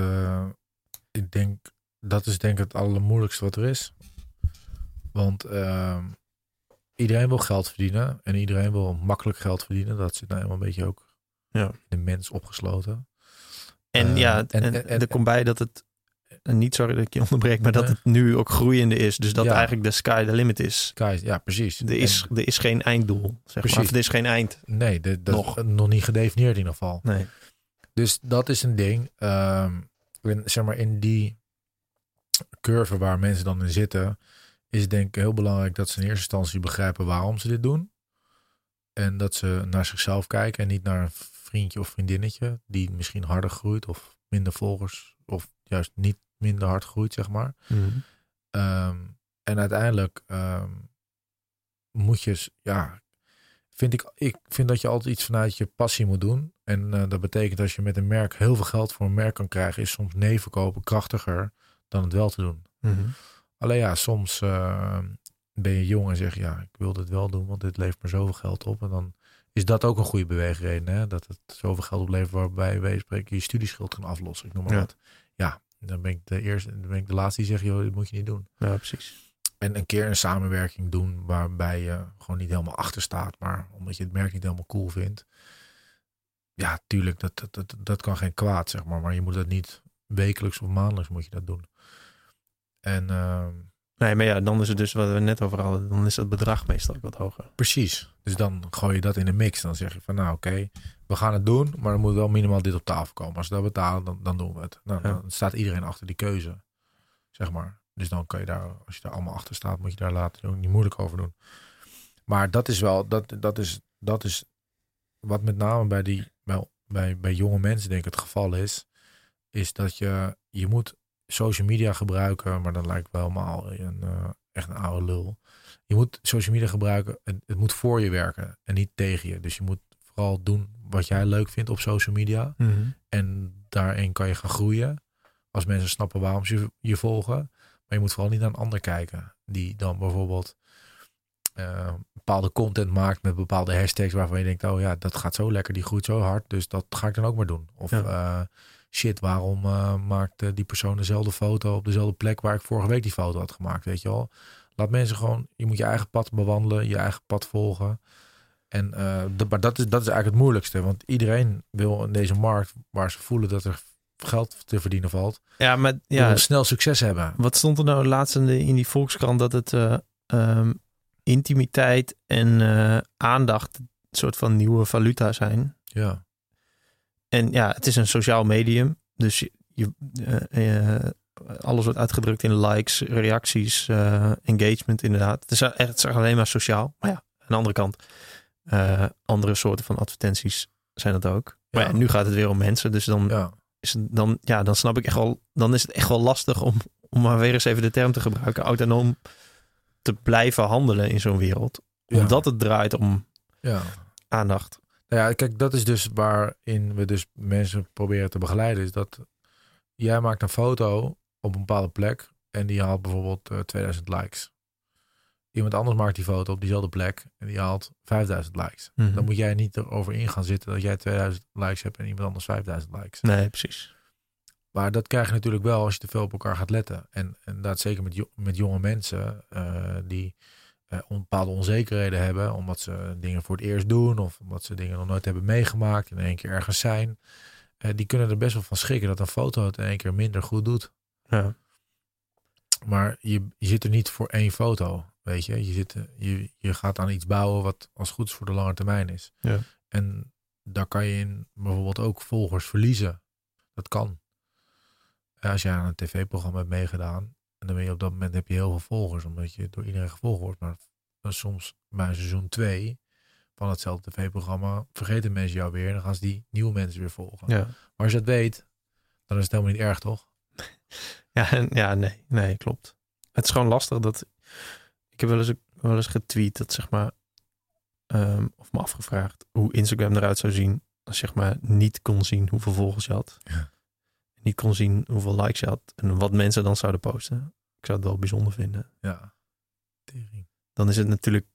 ik denk dat is denk ik het allermoeilijkste wat er is. Want iedereen wil geld verdienen en iedereen wil makkelijk geld verdienen. Dat zit nou helemaal een beetje ook in de mens opgesloten. En er komt bij dat het niet, sorry dat ik je onderbreek, maar dat het nu ook groeiende is. Dus dat eigenlijk de sky the limit is. Ja, precies. Er is geen einddoel, zeg precies. maar. Of er is geen eind. Nee, dat is nog niet gedefinieerd in ieder geval. Nee. Dus dat is een ding. Zeg maar in die curve waar mensen dan in zitten, is het denk ik heel belangrijk dat ze in eerste instantie begrijpen waarom ze dit doen. En dat ze naar zichzelf kijken en niet naar een vriendje of vriendinnetje die misschien harder groeit of minder volgers of juist niet minder hard groeit, zeg maar. Mm-hmm. En uiteindelijk moet je, ik vind dat je altijd iets vanuit je passie moet doen. En dat betekent als je met een merk heel veel geld voor een merk kan krijgen, is soms nee verkopen krachtiger dan het wel te doen. Mm-hmm. Alleen soms ben je jong en zeg je, ik wil dit wel doen, want dit levert me zoveel geld op. En dan is dat ook een goede beweegreden, hè? Dat het zoveel geld oplevert waarbij wij spreken je studieschuld kan aflossen. Ik noem maar wat. Ja, dan ben ik de laatste die zegt, joh, dit moet je niet doen. Ja, precies. En een keer een samenwerking doen waarbij je gewoon niet helemaal achter staat, maar omdat je het merk niet helemaal cool vindt. Ja, tuurlijk, dat kan geen kwaad, zeg maar. Maar je moet dat niet wekelijks of maandelijks moet je dat doen. En nee, maar dan is het dus wat we net over hadden. Dan is dat bedrag meestal ook wat hoger. Precies. Dus dan gooi je dat in de mix. Dan zeg je van oké, we gaan het doen, maar er moet wel minimaal dit op tafel komen. Als we dat betalen, dan doen we het. Dan staat iedereen achter die keuze, zeg maar. Dus dan kan je daar, als je daar allemaal achter staat, moet je daar later ook niet moeilijk over doen. Maar dat is wel, dat is wat met name bij jonge mensen denk ik het geval is is dat je moet social media gebruiken, maar dan lijkt wel helemaal echt een oude lul. Je moet social media gebruiken, het moet voor je werken en niet tegen je. Dus je moet vooral doen wat jij leuk vindt op social media. Mhm. En daarin kan je gaan groeien. Als mensen snappen waarom ze je volgen. Maar je moet vooral niet naar een ander kijken. Die dan bijvoorbeeld bepaalde content maakt met bepaalde hashtags waarvan je denkt, oh ja, dat gaat zo lekker, die groeit zo hard. Dus dat ga ik dan ook maar doen. Of shit, waarom maakt die persoon dezelfde foto op dezelfde plek waar ik vorige week die foto had gemaakt, weet je wel. Laat mensen gewoon, je moet je eigen pad bewandelen, je eigen pad volgen. En maar dat is eigenlijk het moeilijkste. Want iedereen wil in deze markt, waar ze voelen dat er geld te verdienen valt, Ja, maar ja, snel succes hebben. wat stond er nou laatst in die Volkskrant, dat het intimiteit en aandacht een soort van nieuwe valuta zijn. Ja. En ja, het is een sociaal medium. Dus alles wordt uitgedrukt in likes, reacties, engagement inderdaad. Het is alleen maar sociaal. Maar ja, aan de andere kant, andere soorten van advertenties zijn dat ook. Maar ja, nu gaat het weer om mensen. Dus dan, dan snap ik echt wel, dan is het echt wel lastig om maar weer eens even de term te gebruiken, autonoom te blijven handelen in zo'n wereld. Omdat het draait om aandacht. Nou ja, kijk, dat is dus waarin we dus mensen proberen te begeleiden. Is dat jij maakt een foto op een bepaalde plek en die haalt bijvoorbeeld 2000 likes. Iemand anders maakt die foto op diezelfde plek en die haalt 5000 likes. Mm-hmm. Dan moet jij niet erover in gaan zitten dat jij 2000 likes hebt en iemand anders 5000 likes. Nee, precies. Maar dat krijg je natuurlijk wel als je te veel op elkaar gaat letten. En dat zeker met jonge mensen die bepaalde onzekerheden hebben, omdat ze dingen voor het eerst doen of omdat ze dingen nog nooit hebben meegemaakt en in één keer ergens zijn. Die kunnen er best wel van schrikken dat een foto het in één keer minder goed doet. Ja. Maar je zit er niet voor één foto, weet je. Je gaat aan iets bouwen wat als goed is voor de lange termijn is. Ja. En daar kan je in bijvoorbeeld ook volgers verliezen. Dat kan. Als jij aan een tv-programma hebt meegedaan en dan ben je op dat moment heb je heel veel volgers, omdat je door iedereen gevolgd wordt. Maar soms bij seizoen 2 van hetzelfde tv-programma vergeten mensen jou weer en dan gaan ze die nieuwe mensen weer volgen. Ja. Maar als je dat weet, dan is het helemaal niet erg, toch? Nee, klopt. Het is gewoon lastig dat ik heb wel eens getweet dat zeg maar of me afgevraagd hoe Instagram eruit zou zien als zeg maar niet kon zien hoeveel volgers je had. Ja. Niet kon zien hoeveel likes je had en wat mensen dan zouden posten. Ik zou het wel bijzonder vinden. Ja. Dan is het natuurlijk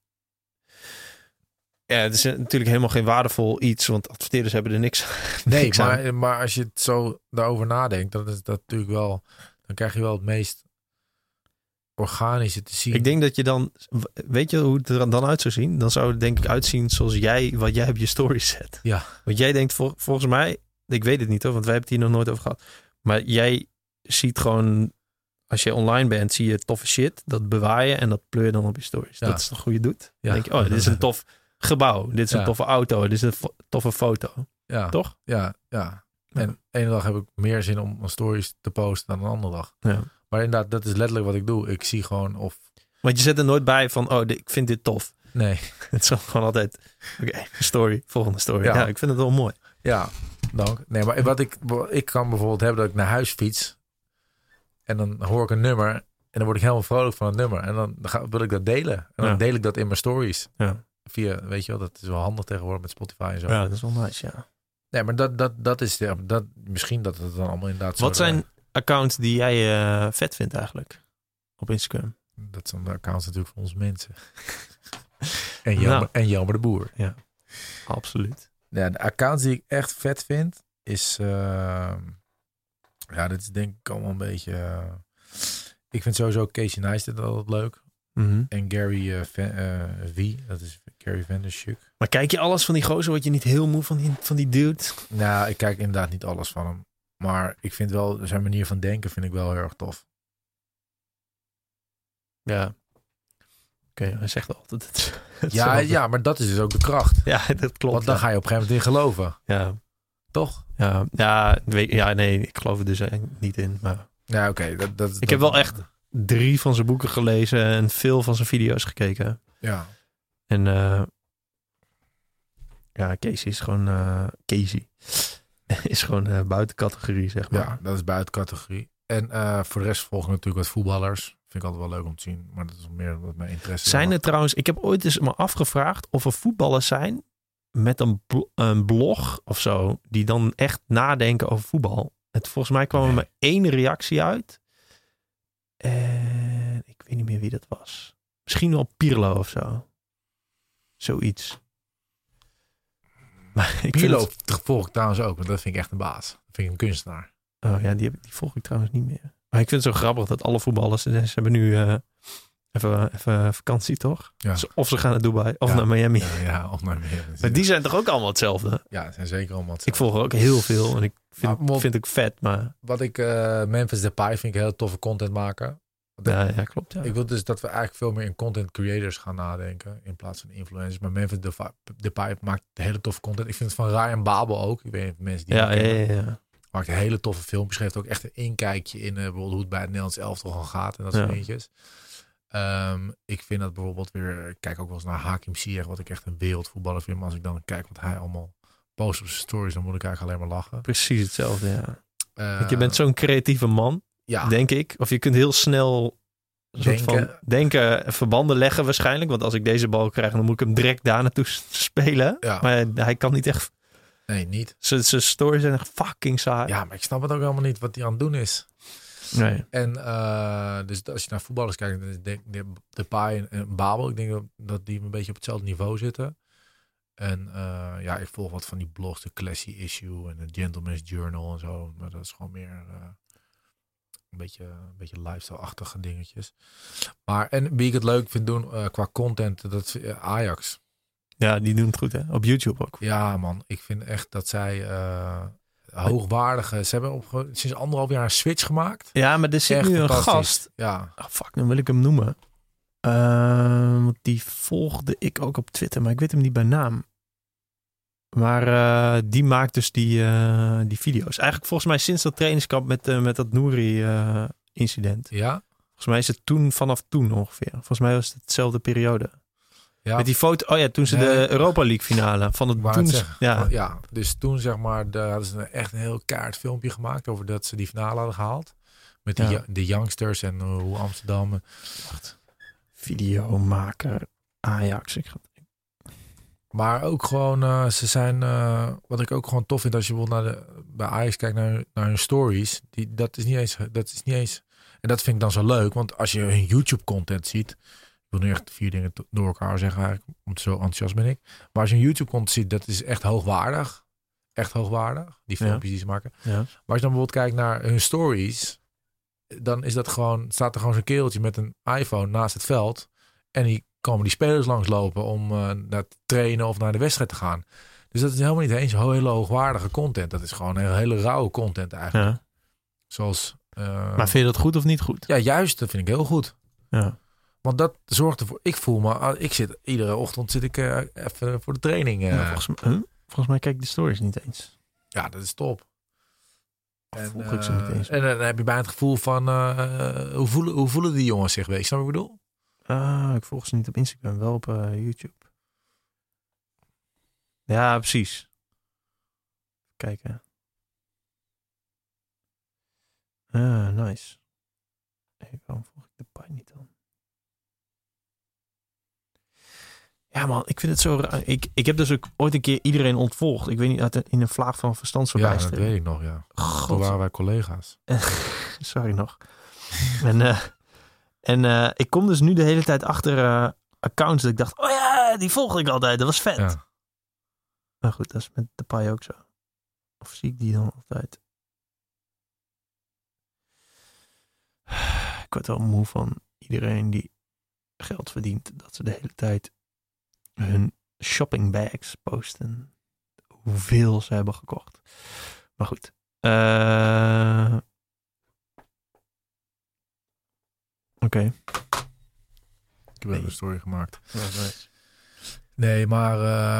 het is natuurlijk helemaal geen waardevol iets, want adverteerders hebben er niks aan. Maar als je het zo daarover nadenkt, dan is dat natuurlijk wel, dan krijg je wel het meest organische te zien. Ik denk dat je dan, weet je hoe het er dan uit zou zien? Dan zou het denk ik uitzien zoals wat jij op je stories zet. Ja. Want jij denkt volgens mij, ik weet het niet hoor, want wij hebben het hier nog nooit over gehad. Maar jij ziet gewoon, als je online bent, zie je toffe shit. Dat bewaar je en dat pleur je dan op je stories. Ja. Dat is toch hoe je het doet? Ja. Dan denk je, oh, dit is een tof gebouw. Dit is een toffe auto. Dit is een toffe foto. Ja. Toch? Ja. En ene dag heb ik meer zin om stories te posten dan een andere dag. Ja. Maar inderdaad, dat is letterlijk wat ik doe. Ik zie gewoon of... Want je zet er nooit bij van, ik vind dit tof. Nee. Het is gewoon altijd, story, volgende story. Ja, ik vind het wel mooi. Ja, dank. Nee, maar wat ik kan bijvoorbeeld hebben dat ik naar huis fiets en dan hoor ik een nummer en dan word ik helemaal vrolijk van het nummer. En dan wil ik dat delen. En dan deel ik dat in mijn stories. Ja. Via, weet je wel, dat is wel handig tegenwoordig met Spotify en zo. Ja, dat is wel nice, ja. Nee, maar dat is misschien dat het dan allemaal inderdaad zo... Wat zijn accounts die jij vet vindt eigenlijk op Instagram? Dat zijn de accounts natuurlijk van onze mensen. en Jelmer de Boer. Ja, absoluut. Ja, de accounts die ik echt vet vind is... dit is denk ik allemaal een beetje... ik vind sowieso Casey Neistat altijd leuk. Mm-hmm. En Gary V, dat is Gary Vaynerchuk. Maar kijk je alles van die gozer? Word je niet heel moe van die dude? Nou, ik kijk inderdaad niet alles van hem. Maar ik vind wel, zijn manier van denken vind ik wel heel erg tof. Ja. Oké, hij zegt altijd het ja, maar dat is dus ook de kracht. Ja, dat klopt. Want dan ga je op een gegeven moment in geloven. Ja. Toch? Nee, ik geloof er dus eigenlijk niet in. Maar... Ja, oké. Ik heb wel echt 3 van zijn boeken gelezen en veel van zijn video's gekeken. Ja. En Casey is gewoon Casey. is gewoon buiten categorie, zeg maar. Ja, dat is buiten categorie. En voor de rest volgen natuurlijk wat voetballers. Vind ik altijd wel leuk om te zien. Maar dat is meer wat mijn interesse. Zijn er trouwens... Ik heb ooit eens me afgevraagd of er voetballers zijn met een blog of zo, die dan echt nadenken over voetbal. Volgens mij kwam er maar 1 reactie uit. En ik weet niet meer wie dat was. Misschien wel Pirlo of zo. Zoiets. Maar Pirlo volg ik trouwens ook, want dat vind ik echt een baas. Dat vind ik een kunstenaar. Oh ja, die volg ik trouwens niet meer. Maar ik vind het zo grappig dat alle voetballers, ze hebben nu even vakantie, toch? Ja. Of ze gaan naar Dubai, of naar Miami. Ja, of naar Miami. Maar die zijn toch ook allemaal hetzelfde? Ja, het zijn zeker allemaal hetzelfde. Ik volg er ook heel veel en ik vind het vet, maar... Wat ik, Memphis Depay vind ik heel toffe content maken. Ja, klopt. Ja. Ik wil dus dat we eigenlijk veel meer in content creators gaan nadenken in plaats van influencers. Maar Memphis Depay maakt hele toffe content. Ik vind het van Ryan Babel ook. Ik weet niet of mensen die ja. Maakt hele toffe filmpjes. Geeft ook echt een inkijkje in bijvoorbeeld hoe het bij het Nederlands elftal gewoon gaat en dat soort dingetjes. Ik vind dat bijvoorbeeld weer... Ik kijk ook wel eens naar Hakim Ziyech, wat ik echt een wereldvoetballer vind. Maar als ik dan kijk wat hij allemaal post op zijn stories, dan moet ik eigenlijk alleen maar lachen. Precies hetzelfde, ja. Je bent zo'n creatieve man, denk ik. Of je kunt heel snel denken, verbanden leggen waarschijnlijk. Want als ik deze bal krijg, dan moet ik hem direct daar naartoe spelen. Ja. Maar hij kan niet echt... Nee, niet. Zijn stories zijn echt fucking saai. Ja, maar ik snap het ook helemaal niet wat hij aan het doen is. Nee. En dus als je naar voetballers kijkt, dan denk ik Depay en Babel. Ik denk dat die een beetje op hetzelfde niveau zitten. En ik volg wat van die blogs, de Classy Issue en de Gentleman's Journal en zo. Maar dat is gewoon meer een beetje lifestyle-achtige dingetjes. Maar en wie ik het leuk vind doen qua content, dat is Ajax. Ja, die doen het goed, hè? Op YouTube ook. Ja, man. Ik vind echt dat zij hoogwaardige... Ze hebben sinds 1,5 jaar een switch gemaakt. Ja, maar er zit echt nu een gast. Ja. Oh, fuck, dan wil ik hem noemen. Want die volgde ik ook op Twitter, maar ik weet hem niet bij naam. Maar die maakt dus die video's. Eigenlijk volgens mij sinds dat trainingskamp met dat Nouri-incident. Ja? Volgens mij is het vanaf toen ongeveer. Volgens mij was het hetzelfde periode. Ja. Met die foto, toen ze de Europa League finale van het toen. Ja, dus toen zeg maar, daar hadden ze echt een heel kaart filmpje gemaakt over dat ze die finale hadden gehaald. Met de youngsters en hoe Amsterdam. Wacht. Videomaker Ajax. Maar ook gewoon, ze zijn, wat ik ook gewoon tof vind als je bijvoorbeeld bij Ajax kijkt naar hun stories. Dat is niet eens. En dat vind ik dan zo leuk, want als je hun YouTube content ziet. Ik wil nu echt 4 dingen door elkaar zeggen eigenlijk, want zo enthousiast ben ik. Maar als je een YouTube content ziet, dat is echt hoogwaardig. Echt hoogwaardig, die filmpjes die ze maken. Ja. Maar als je dan bijvoorbeeld kijkt naar hun stories, dan is dat staat er gewoon zo'n kereltje met een iPhone naast het veld. En die komen die spelers langslopen om naar te trainen of naar de wedstrijd te gaan. Dus dat is helemaal niet eens hele hoogwaardige content. Dat is gewoon hele rauwe content eigenlijk. Ja. Zoals... maar vind je dat goed of niet goed? Ja, juist. Dat vind ik heel goed. Ja. Want dat zorgt ervoor... Iedere ochtend zit ik even voor de training. Volgens mij kijk ik de stories niet eens. Ja, dat is top. En dan heb je bijna het gevoel van... hoe voelen die jongens zich? Weet je wat ik bedoel? Ik volg ze niet op Instagram, wel op YouTube. Ja, precies. Kijken. Nice. Waarom volg ik de Pai niet dan? Ja man, ik vind het zo raar. Ik heb dus ook ooit een keer iedereen ontvolgd. Ik weet niet, in een vlaag van verstandsverbijstering. Ja, dat weet ik nog, ja. God. Toen waren wij collega's. Sorry nog. En ik kom dus nu de hele tijd achter accounts dat ik dacht, oh ja, die volgde ik altijd. Dat was vet. Ja. Maar goed, dat is met de Pai ook zo. Of zie ik die dan altijd? Ik word wel moe van iedereen die geld verdient. Dat ze de hele tijd hun shoppingbags posten. Hoeveel ze hebben gekocht. Maar goed. Oké. Ik heb een story gemaakt. Ja, nice. Nee, maar...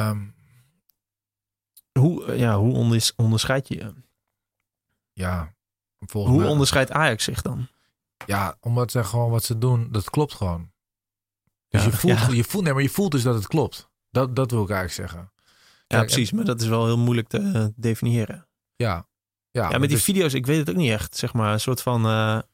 Hoe onderscheid je je? Ja, hoe onderscheidt Ajax zich dan? Ja, omdat ze gewoon wat ze doen, dat klopt gewoon. Dus je voelt dus dat het klopt. Dat wil ik eigenlijk zeggen. Kijk, ja, precies. Maar dat is wel heel moeilijk te definiëren. Ja, Ja, met die video's, ik weet het ook niet echt. Zeg maar, een soort van...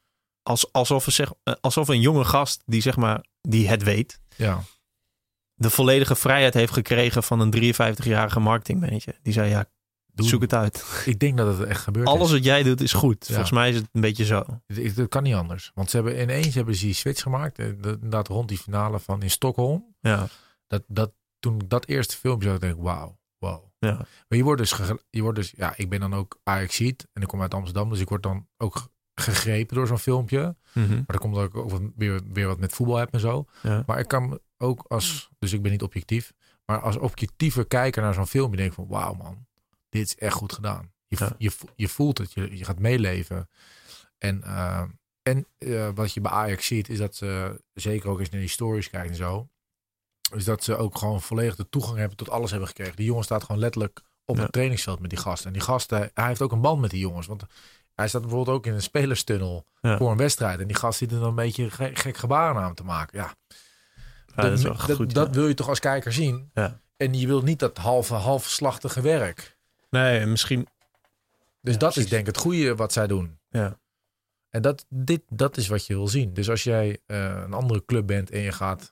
alsof een jonge gast die, zeg maar, die het weet... Ja. de volledige vrijheid heeft gekregen van een 53-jarige marketingmanager. Die zei, ja, zoek het uit. Ik denk dat het echt gebeurt. Alles wat jij doet is goed. Ja. Volgens mij is het een beetje zo. Dat kan niet anders. Want ze hebben die switch gemaakt. Inderdaad rond die finale van in Stockholm. Ja. Toen ik dat eerste filmpje zag, denk ik, wauw. Ja. Maar je wordt dus, ja, ik ben dan ook Ajaxiet en ik kom uit Amsterdam, dus ik word dan ook gegrepen door zo'n filmpje. Mm-hmm. Maar dan komt dat ik ook weer wat met voetbal heb en zo. Ja. Maar ik kan ook dus ik ben niet objectief, maar als objectieve kijker naar zo'n filmpje denk ik van, wauw man, dit is echt goed gedaan. Je voelt het, je gaat meeleven. En wat je bij Ajax ziet, is dat ze, zeker ook als je naar die stories kijkt en zo, is dat ze ook gewoon volledig de toegang hebben tot alles hebben gekregen. Die jongen staat gewoon letterlijk op het trainingsveld met die gasten. En die gasten, hij heeft ook een band met die jongens. Want hij staat bijvoorbeeld ook in een spelerstunnel voor een wedstrijd. En die gast zit er dan een beetje gek gebaren aan hem te maken. Ja, dat is wel goed. Dat wil je toch als kijker zien. Ja. En je wil niet dat halfslachtige werk. Nee, misschien... Dus dat is denk ik het goede wat zij doen. Ja. En dat is wat je wil zien. Dus als jij een andere club bent en je gaat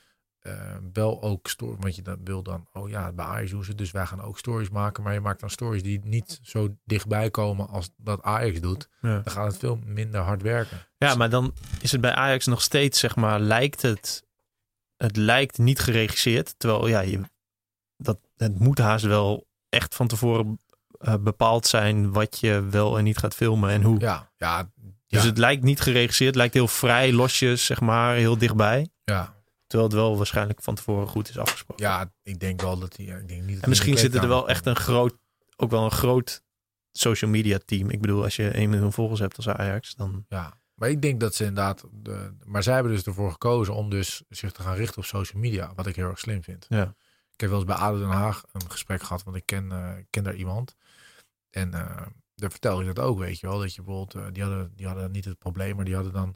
wel ook stories, want je dan wil dan, oh ja, bij Ajax doen ze, dus wij gaan ook stories maken, maar je maakt dan stories die niet zo dichtbij komen als dat Ajax doet. Ja. Dan gaat het veel minder hard werken. Ja, maar dan is het bij Ajax nog steeds, zeg maar, het lijkt niet geregisseerd, terwijl ja, het moet haast wel echt van tevoren bepaald zijn wat je wel en niet gaat filmen en hoe. Ja. Dus het lijkt niet geregisseerd, het lijkt heel vrij, losjes, zeg maar, heel dichtbij. Ja. Terwijl het wel waarschijnlijk van tevoren goed is afgesproken. Ja, ik denk wel dat hij. Ik denk niet dat en misschien zit er wel echt een groot social media team. Ik bedoel, als je 1 miljoen volgers hebt als Ajax, dan. Ja, maar ik denk dat ze inderdaad. Maar zij hebben dus ervoor gekozen om dus zich te gaan richten op social media. Wat ik heel erg slim vind. Ja. Ik heb wel eens bij ADO Den Haag een gesprek gehad, want ik ken daar iemand. En daar vertelde ik dat ook, weet je wel. Dat je bijvoorbeeld, die hadden niet het probleem, maar die hadden dan.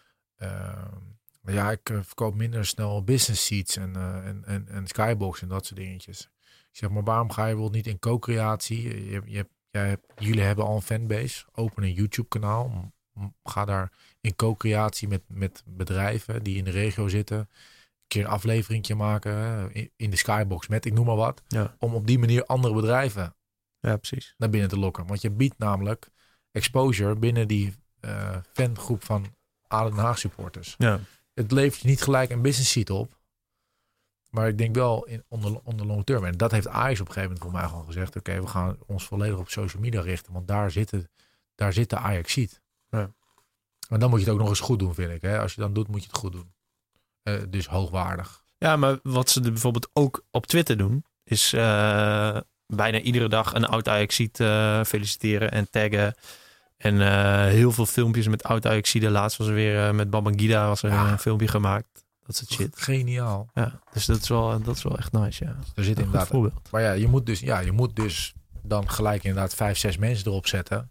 Maar ja, ik verkoop minder snel business seats en skybox en dat soort dingetjes. Ik zeg, maar waarom ga je bijvoorbeeld niet in co-creatie? Jullie hebben al een fanbase. Open een YouTube kanaal. Ga daar in co-creatie met bedrijven die in de regio zitten. Een keer een afleveringje maken in de skybox met, ik noem maar wat. Ja. Om op die manier andere bedrijven precies. naar binnen te lokken. Want je biedt namelijk exposure binnen die fangroep van ADO Den Haag supporters. Ja. Het levert je niet gelijk een business seat op. Maar ik denk wel onder long term. En dat heeft Ajax op een gegeven moment voor mij gewoon gezegd. Oké, we gaan ons volledig op social media richten. Want daar zit de Ajax seat. Ja. Maar dan moet je het ook nog eens goed doen, vind ik. Hè? Als je dan doet, moet je het goed doen. Dus hoogwaardig. Ja, maar wat ze bijvoorbeeld ook op Twitter doen, is bijna iedere dag een oud Ajaxiet feliciteren en taggen. En heel veel filmpjes met oud Ajaxiden. Laatst was er weer met Babangida was er een filmpje gemaakt. Dat soort shit. Geniaal. Ja, dus dat is wel echt nice, ja. Er zit inderdaad een voorbeeld. Maar ja, je moet dus dan gelijk inderdaad 5, 6 mensen erop zetten.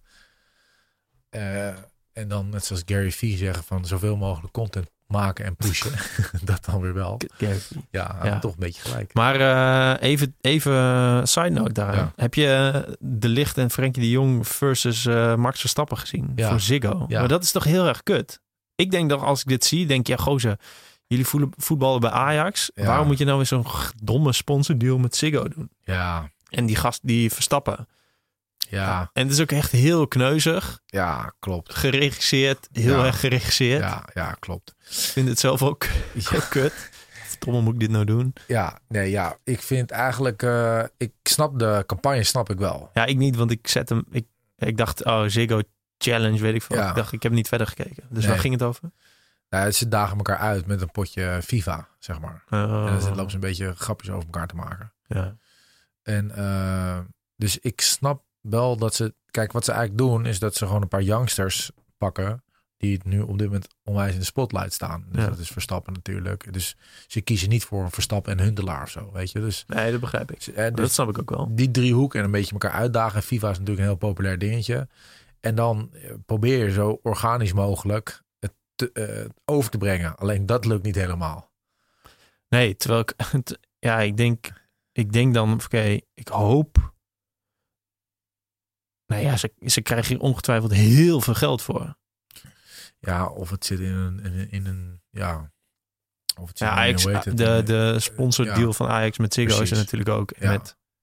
En dan net zoals Gary Vee zeggen van zoveel mogelijk content maken en pushen. Dat dan weer wel. Ja, toch een beetje gelijk. Maar even side note daar. Ja. Heb je De Ligt en Frenkie de Jong versus Max Verstappen gezien? Ja. Voor Ziggo. Ja. Maar dat is toch heel erg kut. Ik denk dat als ik dit zie, denk je, gozer, jullie voetballen bij Ajax. Ja. Waarom moet je nou weer zo'n domme sponsordeal met Ziggo doen? Ja. En die gast, die Verstappen. Ja. En het is ook echt heel kneuzig. Ja, klopt. Geregisseerd. Heel erg geregisseerd. Ja, klopt. Ik vind het zelf ook heel kut. Verdomme, moet ik dit nou doen? Ja, ik vind eigenlijk... ik snap de campagne, snap ik wel. Ja, ik niet, want ik zet hem... Ik dacht, Ziggo Challenge, weet ik veel. Ja. Ik dacht, ik heb niet verder gekeken. Dus waar ging het over? Nou, ze dagen elkaar uit met een potje FIFA, zeg maar. En dan lopen ze een beetje grapjes over elkaar te maken. Ja. En dus ik snap wel dat ze... Kijk, wat ze eigenlijk doen, is dat ze gewoon een paar youngsters pakken die nu op dit moment onwijs in de spotlight staan. Dus dat is Verstappen natuurlijk. Dus ze kiezen niet voor een Verstappen en Huntelaar of zo, weet je. Dus, nee, dat begrijp ik. Dus dat snap ik ook wel. Die driehoek en een beetje elkaar uitdagen. FIFA is natuurlijk een heel populair dingetje. En dan probeer je zo organisch mogelijk het over te brengen. Alleen dat lukt niet helemaal. Nee, terwijl ik denk dan, oké, ik hoop... Nou ja, ze krijgen hier ongetwijfeld heel veel geld voor. Ja, of het zit in een of het zit Ja, in Ajax, hoe heet het? de sponsordeal van Ajax met Ziggo is er natuurlijk ook. Ja.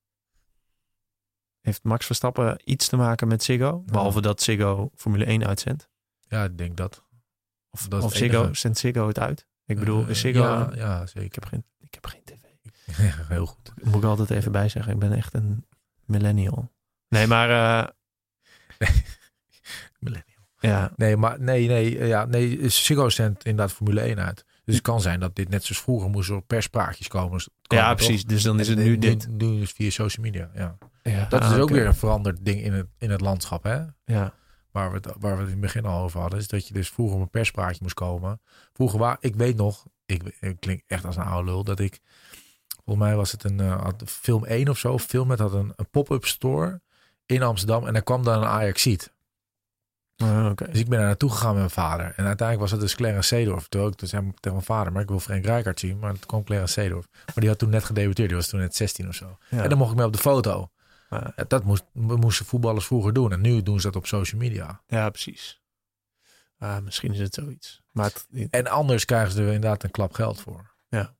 Heeft Max Verstappen iets te maken met Ziggo? Behalve dat Ziggo Formule 1 uitzendt. Ja, ik denk dat. Of Ziggo, zendt Ziggo het uit? Ik bedoel, is Ziggo... Ja, zeker. Ik heb geen tv. Ja, heel goed. Moet ik altijd even bij zeggen. Ik ben echt een millennial. Nee, maar... Millennial. Ja. Nee, Ziggo zendt inderdaad Formule 1 uit. Dus het kan zijn dat dit net zoals vroeger moest er perspraatjes komen. Ja, precies. Dus dan is het nu dit. Nu is via social media, ja. Dat is ook weer een veranderd ding in het landschap, hè? Ja. Waar we het in het begin al over hadden, is dat je dus vroeger op een perspraatje moest komen. Vroeger ik weet nog, ik klink echt als een oude lul, dat ik, volgens mij was het had Film 1 of zo, Filmnet had een pop-up store in Amsterdam en daar kwam dan een Ajaxiet. Okay. Dus ik ben daar naartoe gegaan met mijn vader. En uiteindelijk was het dus Clarence Seedorf. Terwijl ik dus tegen mijn vader, maar ik wil Frank Rijkaard zien. Maar het kwam Clarence Seedorf. Maar die had toen net gedebuteerd. Die was toen net 16 of zo. Ja. En dan mocht ik mee op de foto. Ja. Ja, dat moesten voetballers vroeger doen. En nu doen ze dat op social media. Ja, precies. Misschien is het zoiets. Maar en anders krijgen ze er inderdaad een klap geld voor. Ja.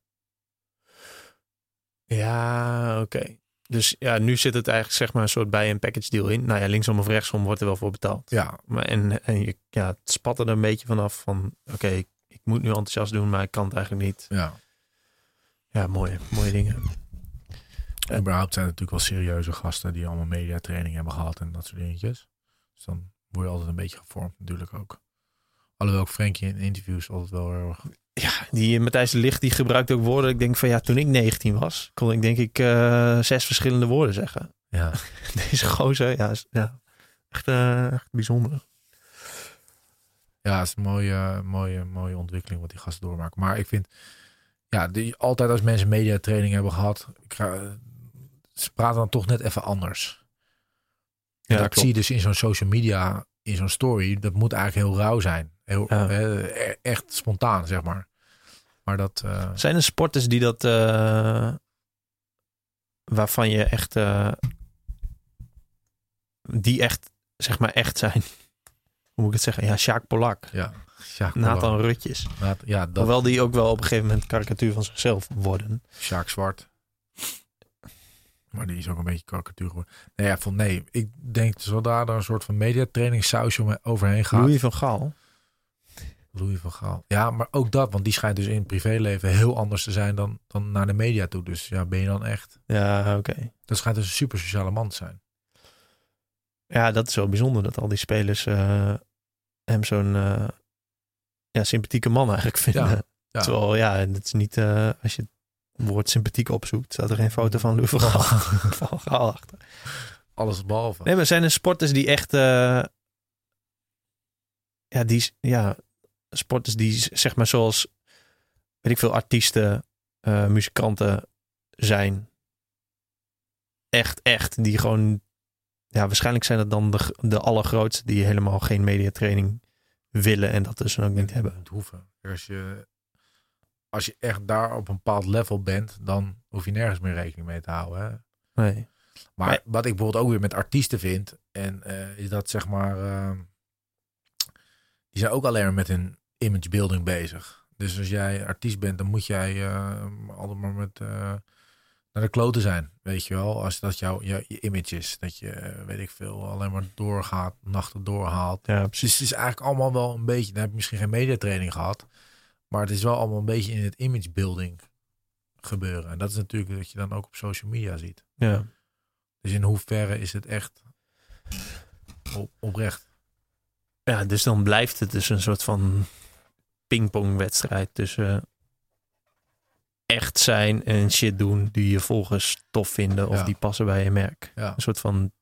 Ja, oké. Dus ja, nu zit het eigenlijk zeg maar een soort bij een package deal in. Nou ja, linksom of rechtsom wordt er wel voor betaald. Ja. Maar het spat er een beetje vanaf van... Oké, ik moet nu enthousiast doen, maar ik kan het eigenlijk niet. Ja. Ja, mooie dingen. Überhaupt zijn er natuurlijk wel serieuze gasten die allemaal mediatraining hebben gehad en dat soort dingetjes. Dus dan word je altijd een beetje gevormd natuurlijk ook. Alhoewel ik Frenkie in interviews altijd wel heel erg... Ja, die Matthijs de Ligt die gebruikt ook woorden. Ik denk van ja, toen ik 19 was, kon ik denk ik 6 verschillende woorden zeggen. Ja. Deze gozer, echt bijzonder. Ja, het is een mooie ontwikkeling wat die gasten doormaken. Maar ik vind, altijd als mensen mediatraining hebben gehad, ze praten dan toch net even anders. Ja, ik zie dus in zo'n social media, in zo'n story, dat moet eigenlijk heel rauw zijn. Echt spontaan, zeg maar. Maar dat... Zijn er sporters die dat... waarvan je echt... die echt, zeg maar, echt zijn. Hoe moet ik het zeggen? Ja, Sjaak Polak. Ja, Nathan Rutjes. Hoewel die ook wel op een gegeven moment karikatuur van zichzelf worden. Sjaak Zwart. Maar die is ook een beetje karikatuur geworden. Nee, ik denk zodra er een soort van mediatraining sausje overheen gaat. Louis van Gaal. Ja, maar ook dat, want die schijnt dus in het privéleven heel anders te zijn dan naar de media toe. Dus ja, ben je dan echt... Ja, oké. Dat schijnt dus een super sociale man te zijn. Ja, dat is wel bijzonder dat al die spelers hem zo'n sympathieke man eigenlijk vinden. Ja. Terwijl, het is niet... als je het woord sympathiek opzoekt, staat er geen foto van Louis van Gaal achter. Alles behalve. Nee, maar zijn er sporters die echt... sporters die zeg maar zoals, weet ik veel, artiesten, muzikanten zijn. Echt, die gewoon, waarschijnlijk zijn het dan de allergrootste die helemaal geen mediatraining willen en dat dus ook niet hebben. Het hoeven. Als je echt daar op een bepaald level bent, dan hoef je nergens meer rekening mee te houden. Hè? Nee. Maar wat ik bijvoorbeeld ook weer met artiesten vind, en is dat zeg maar, die zijn ook alleen maar met hun image building bezig. Dus als jij artiest bent, dan moet jij altijd maar met naar de kloten zijn, weet je wel. Als dat je image is, dat je, weet ik veel, alleen maar doorgaat, nachten doorhaalt. Ja, precies. Dus het is eigenlijk allemaal wel een beetje, dan heb je misschien geen mediatraining gehad, maar het is wel allemaal een beetje in het image building gebeuren. En dat is natuurlijk wat je dan ook op social media ziet. Ja. Dus in hoeverre is het echt oprecht? Ja, dus dan blijft het dus een soort van pingpongwedstrijd tussen echt zijn en shit doen die je volgers tof vinden of die passen bij je merk. Ja. Een soort van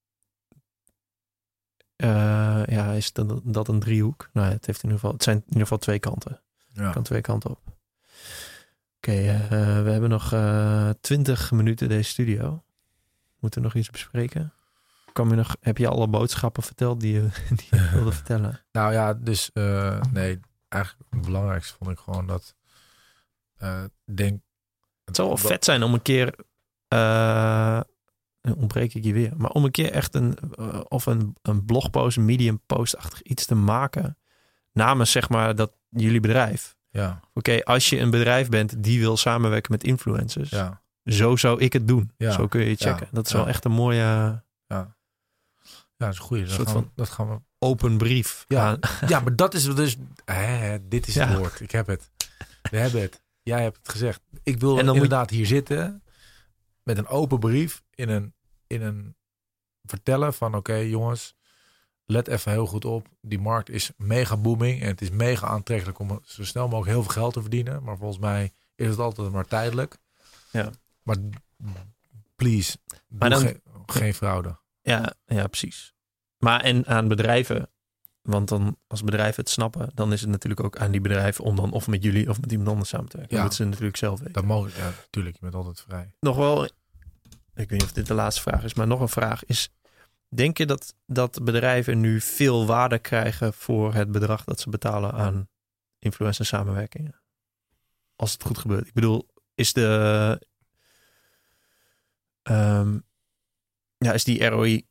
is dat een driehoek? Nou, het zijn in ieder geval 2 kanten. Ja. Kan 2 kanten op. Oké, we hebben nog 20 minuten deze studio. Moeten we nog iets bespreken? Heb je alle boodschappen verteld die je wilde vertellen? Nou ja, dus nee, eigenlijk het belangrijkste vond ik gewoon dat het zou wel vet zijn om een keer dan ontbreek ik je weer. Maar om een keer echt een blogpost, een medium postachtig iets te maken namens zeg maar dat jullie bedrijf. Ja. Oké, als je een bedrijf bent die wil samenwerken met influencers, zo zou ik het doen. Ja. Zo kun je het checken. Dat is wel echt een mooie Ja, dat is een goeie. Dat gaan we open brief. Ja, ja, maar dat is dus... dit is het woord. Ik heb het. We hebben het. Jij hebt het gezegd. Ik wil inderdaad hier zitten met een open brief in een vertellen van oké, jongens, let even heel goed op. Die markt is mega booming en het is mega aantrekkelijk om zo snel mogelijk heel veel geld te verdienen. Maar volgens mij is het altijd maar tijdelijk. Ja. Maar please, geen fraude. Ja, precies. Maar en aan bedrijven, want dan als bedrijven het snappen, dan is het natuurlijk ook aan die bedrijven om dan of met jullie of met iemand anders samen te werken. Dat moeten ze natuurlijk zelf weten. Dat mogen, ja, natuurlijk. Je bent altijd vrij. Nog wel, ik weet niet of dit de laatste vraag is, maar nog een vraag is, denk je dat bedrijven nu veel waarde krijgen voor het bedrag dat ze betalen aan influencer samenwerkingen? Als het goed gebeurt. Ik bedoel, is is die ROI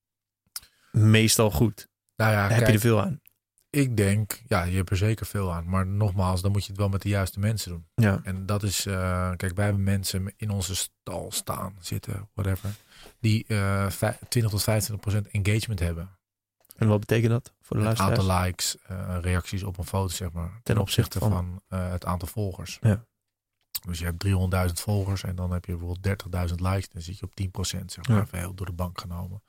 meestal goed? Nou ja, heb je er veel aan? Ik denk, je hebt er zeker veel aan. Maar nogmaals, dan moet je het wel met de juiste mensen doen. Ja. En dat is, kijk, wij hebben mensen in onze stal staan, zitten, whatever, die 20 tot 25% engagement hebben. En wat betekent dat voor de luisteraars? Het aantal likes, reacties op een foto, zeg maar. Ten opzichte van het aantal volgers. Ja. Dus je hebt 300.000 volgers en dan heb je bijvoorbeeld 30.000 likes. Dan zit je op 10%, zeg maar, even heel door de bank genomen.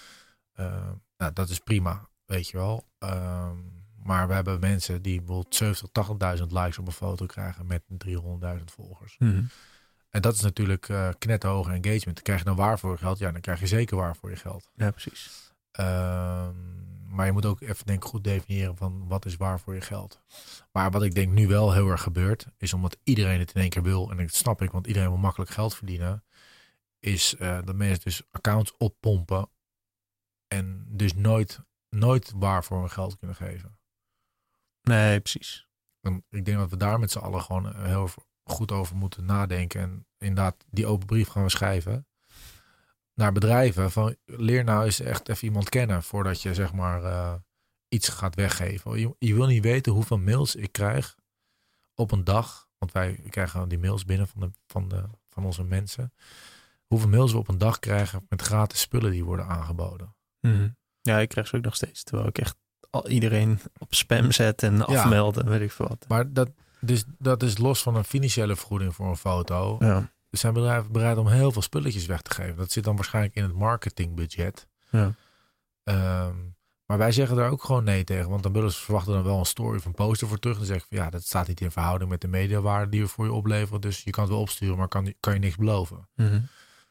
Nou, dat is prima, weet je wel. Maar we hebben mensen die bijvoorbeeld 70.000, 80.000 likes op een foto krijgen met 300.000 volgers. Mm-hmm. En dat is natuurlijk knetterhoge engagement. Krijg je dan waar voor je geld? Ja, dan krijg je zeker waar voor je geld. Ja, precies. Maar je moet ook even denk ik goed definiëren van wat is waar voor je geld. Maar wat ik denk nu wel heel erg gebeurt, is omdat iedereen het in één keer wil. En dat snap ik, want iedereen wil makkelijk geld verdienen. Is dat mensen dus accounts oppompen. En dus nooit waar voor hun geld kunnen geven. Nee, precies. En ik denk dat we daar met z'n allen gewoon heel goed over moeten nadenken. En inderdaad, die open brief gaan we schrijven naar bedrijven. Van leer nou eens echt even iemand kennen voordat je zeg maar iets gaat weggeven. Je wil niet weten hoeveel mails ik krijg op een dag. Want wij krijgen die mails binnen van onze mensen. Hoeveel mails we op een dag krijgen met gratis spullen die worden aangeboden. Mm-hmm. Ja, ik krijg ze ook nog steeds. Terwijl ik echt iedereen op spam zet en afmelden, weet ik veel wat. Maar dat is los van een financiële vergoeding voor een foto. Ja. Er zijn bedrijven bereid om heel veel spulletjes weg te geven. Dat zit dan waarschijnlijk in het marketingbudget. Ja. Maar wij zeggen daar ook gewoon nee tegen. Want dan verwachten dan wel een story of een poster voor terug. Dan zeggen van dat staat niet in verhouding met de mediawaarde die we voor je opleveren. Dus je kan het wel opsturen, maar kan je niks beloven. Mm-hmm.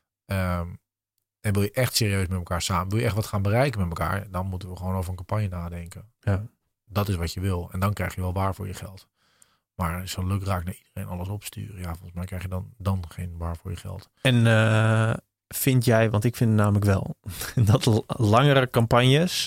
En wil je echt serieus met elkaar samen, wil je echt wat gaan bereiken met elkaar, dan moeten we gewoon over een campagne nadenken. Ja. Dat is wat je wil. En dan krijg je wel waar voor je geld. Maar zo lukraak naar iedereen alles opsturen. Ja, volgens mij krijg je dan geen waar voor je geld. En vind jij, want ik vind het namelijk wel, dat langere campagnes,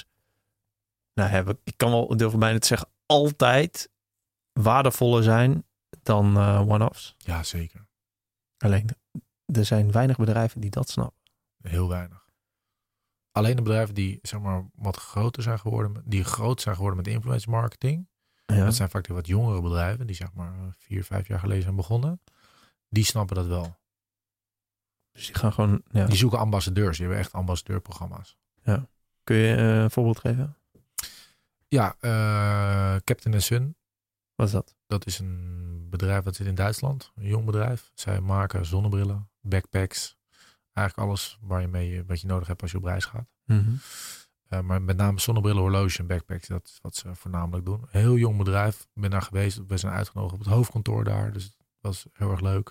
ik kan wel durven bijna te zeggen, altijd waardevoller zijn dan one-offs. Ja, zeker. Alleen, er zijn weinig bedrijven die dat snappen. Heel weinig. Alleen de bedrijven die zeg maar wat groter zijn geworden, die groot zijn geworden met influencer marketing. Ja. Dat zijn vaak de wat jongere bedrijven die zeg maar 4-5 jaar geleden zijn begonnen. Die snappen dat wel. Dus die gaan gewoon. Ja. Die zoeken ambassadeurs. Die hebben echt ambassadeurprogramma's. Ja. Kun je een voorbeeld geven? Ja, Captain & Son. Wat is dat? Dat is een bedrijf dat zit in Duitsland. Een jong bedrijf. Zij maken zonnebrillen, backpacks. Eigenlijk alles wat je nodig hebt als je op reis gaat. Mm-hmm. Maar met name zonnebrillen, horloge en backpacks. Dat is wat ze voornamelijk doen. Een heel jong bedrijf. Ik ben daar geweest. We zijn uitgenodigd op het hoofdkantoor daar. Dus dat was heel erg leuk.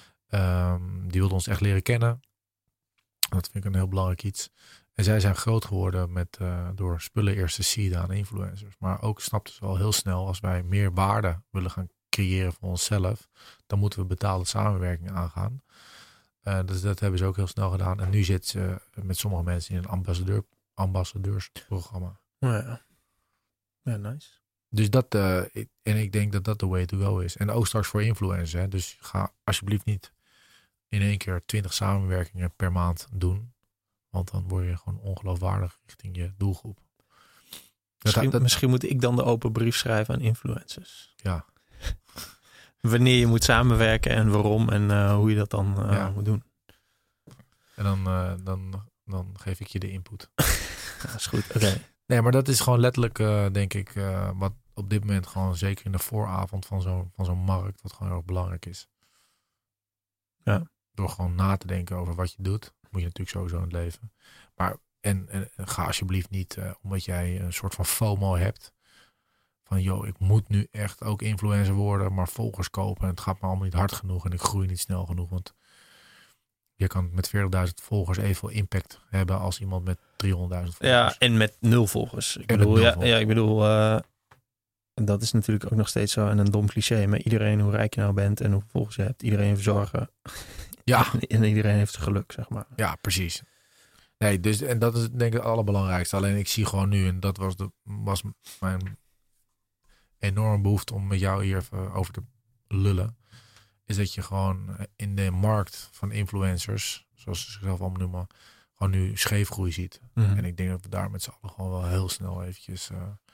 Die wilden ons echt leren kennen. Dat vind ik een heel belangrijk iets. En zij zijn groot geworden door spullen eerst te seeden aan influencers. Maar ook snapten ze al heel snel, als wij meer waarde willen gaan creëren voor onszelf, dan moeten we betaalde samenwerking aangaan. Dus dat hebben ze ook heel snel gedaan. En nu zit ze met sommige mensen in een ambassadeursprogramma. Ja, nice. Dus dat, en ik denk dat dat de way to go is. En ook straks voor influencers. Hè. Dus ga alsjeblieft niet in één keer 20 samenwerkingen per maand doen. Want dan word je gewoon ongeloofwaardig richting je doelgroep. Misschien moet ik dan de open brief schrijven aan influencers. Ja. Wanneer je moet samenwerken en waarom en hoe je dat dan moet doen. En dan geef ik je de input. Ja, is goed. Oké. Nee, maar dat is gewoon letterlijk, denk ik, wat op dit moment gewoon zeker in de vooravond van zo'n markt, wat gewoon heel erg belangrijk is. Ja. Door gewoon na te denken over wat je doet, moet je natuurlijk sowieso in het leven. Maar en ga alsjeblieft niet, omdat jij een soort van FOMO hebt. Van, joh, ik moet nu echt ook influencer worden, maar volgers kopen. En het gaat me allemaal niet hard genoeg en ik groei niet snel genoeg. Want je kan met 40.000 volgers evenveel impact hebben als iemand met 300.000 volgers. Ja, en met 0 volgers. Ik bedoel, dat is natuurlijk ook nog steeds zo. En een dom cliché. Maar iedereen, hoe rijk je nou bent en hoeveel volgers je hebt. Iedereen heeft zorgen. Ja. En iedereen heeft geluk, zeg maar. Ja, precies. Nee, dus, en dat is denk ik het allerbelangrijkste. Alleen ik zie gewoon nu, en dat was mijn enorme behoefte om met jou hier even over te lullen, is dat je gewoon in de markt van influencers, zoals ze zichzelf allemaal noemen, gewoon nu scheefgroei ziet. Mm-hmm. En ik denk dat we daar met z'n allen gewoon wel heel snel eventjes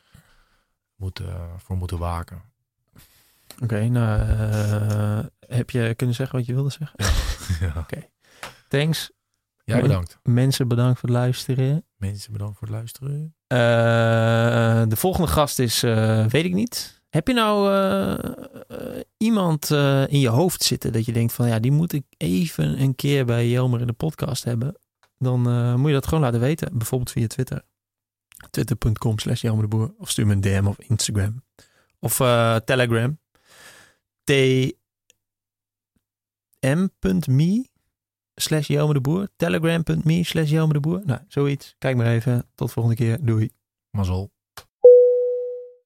voor moeten waken. Oké, nou, heb je kunnen zeggen wat je wilde zeggen? Ja. Oké. Thanks. Jij bedankt. Mensen bedankt voor het luisteren. Mensen bedankt voor het luisteren. De volgende gast is, weet ik niet. Heb je nou iemand in je hoofd zitten dat je denkt van, ja, die moet ik even een keer bij Jelmer in de podcast hebben? Dan moet je dat gewoon laten weten. Bijvoorbeeld via Twitter. Twitter.com/Jelmer de Boer. Of stuur me een DM of Instagram. Of Telegram. tm.me/Jelmer de Boer. Telegram.me/Jelmer de Boer. Nou, zoiets. Kijk maar even. Tot volgende keer. Doei. Mazzel.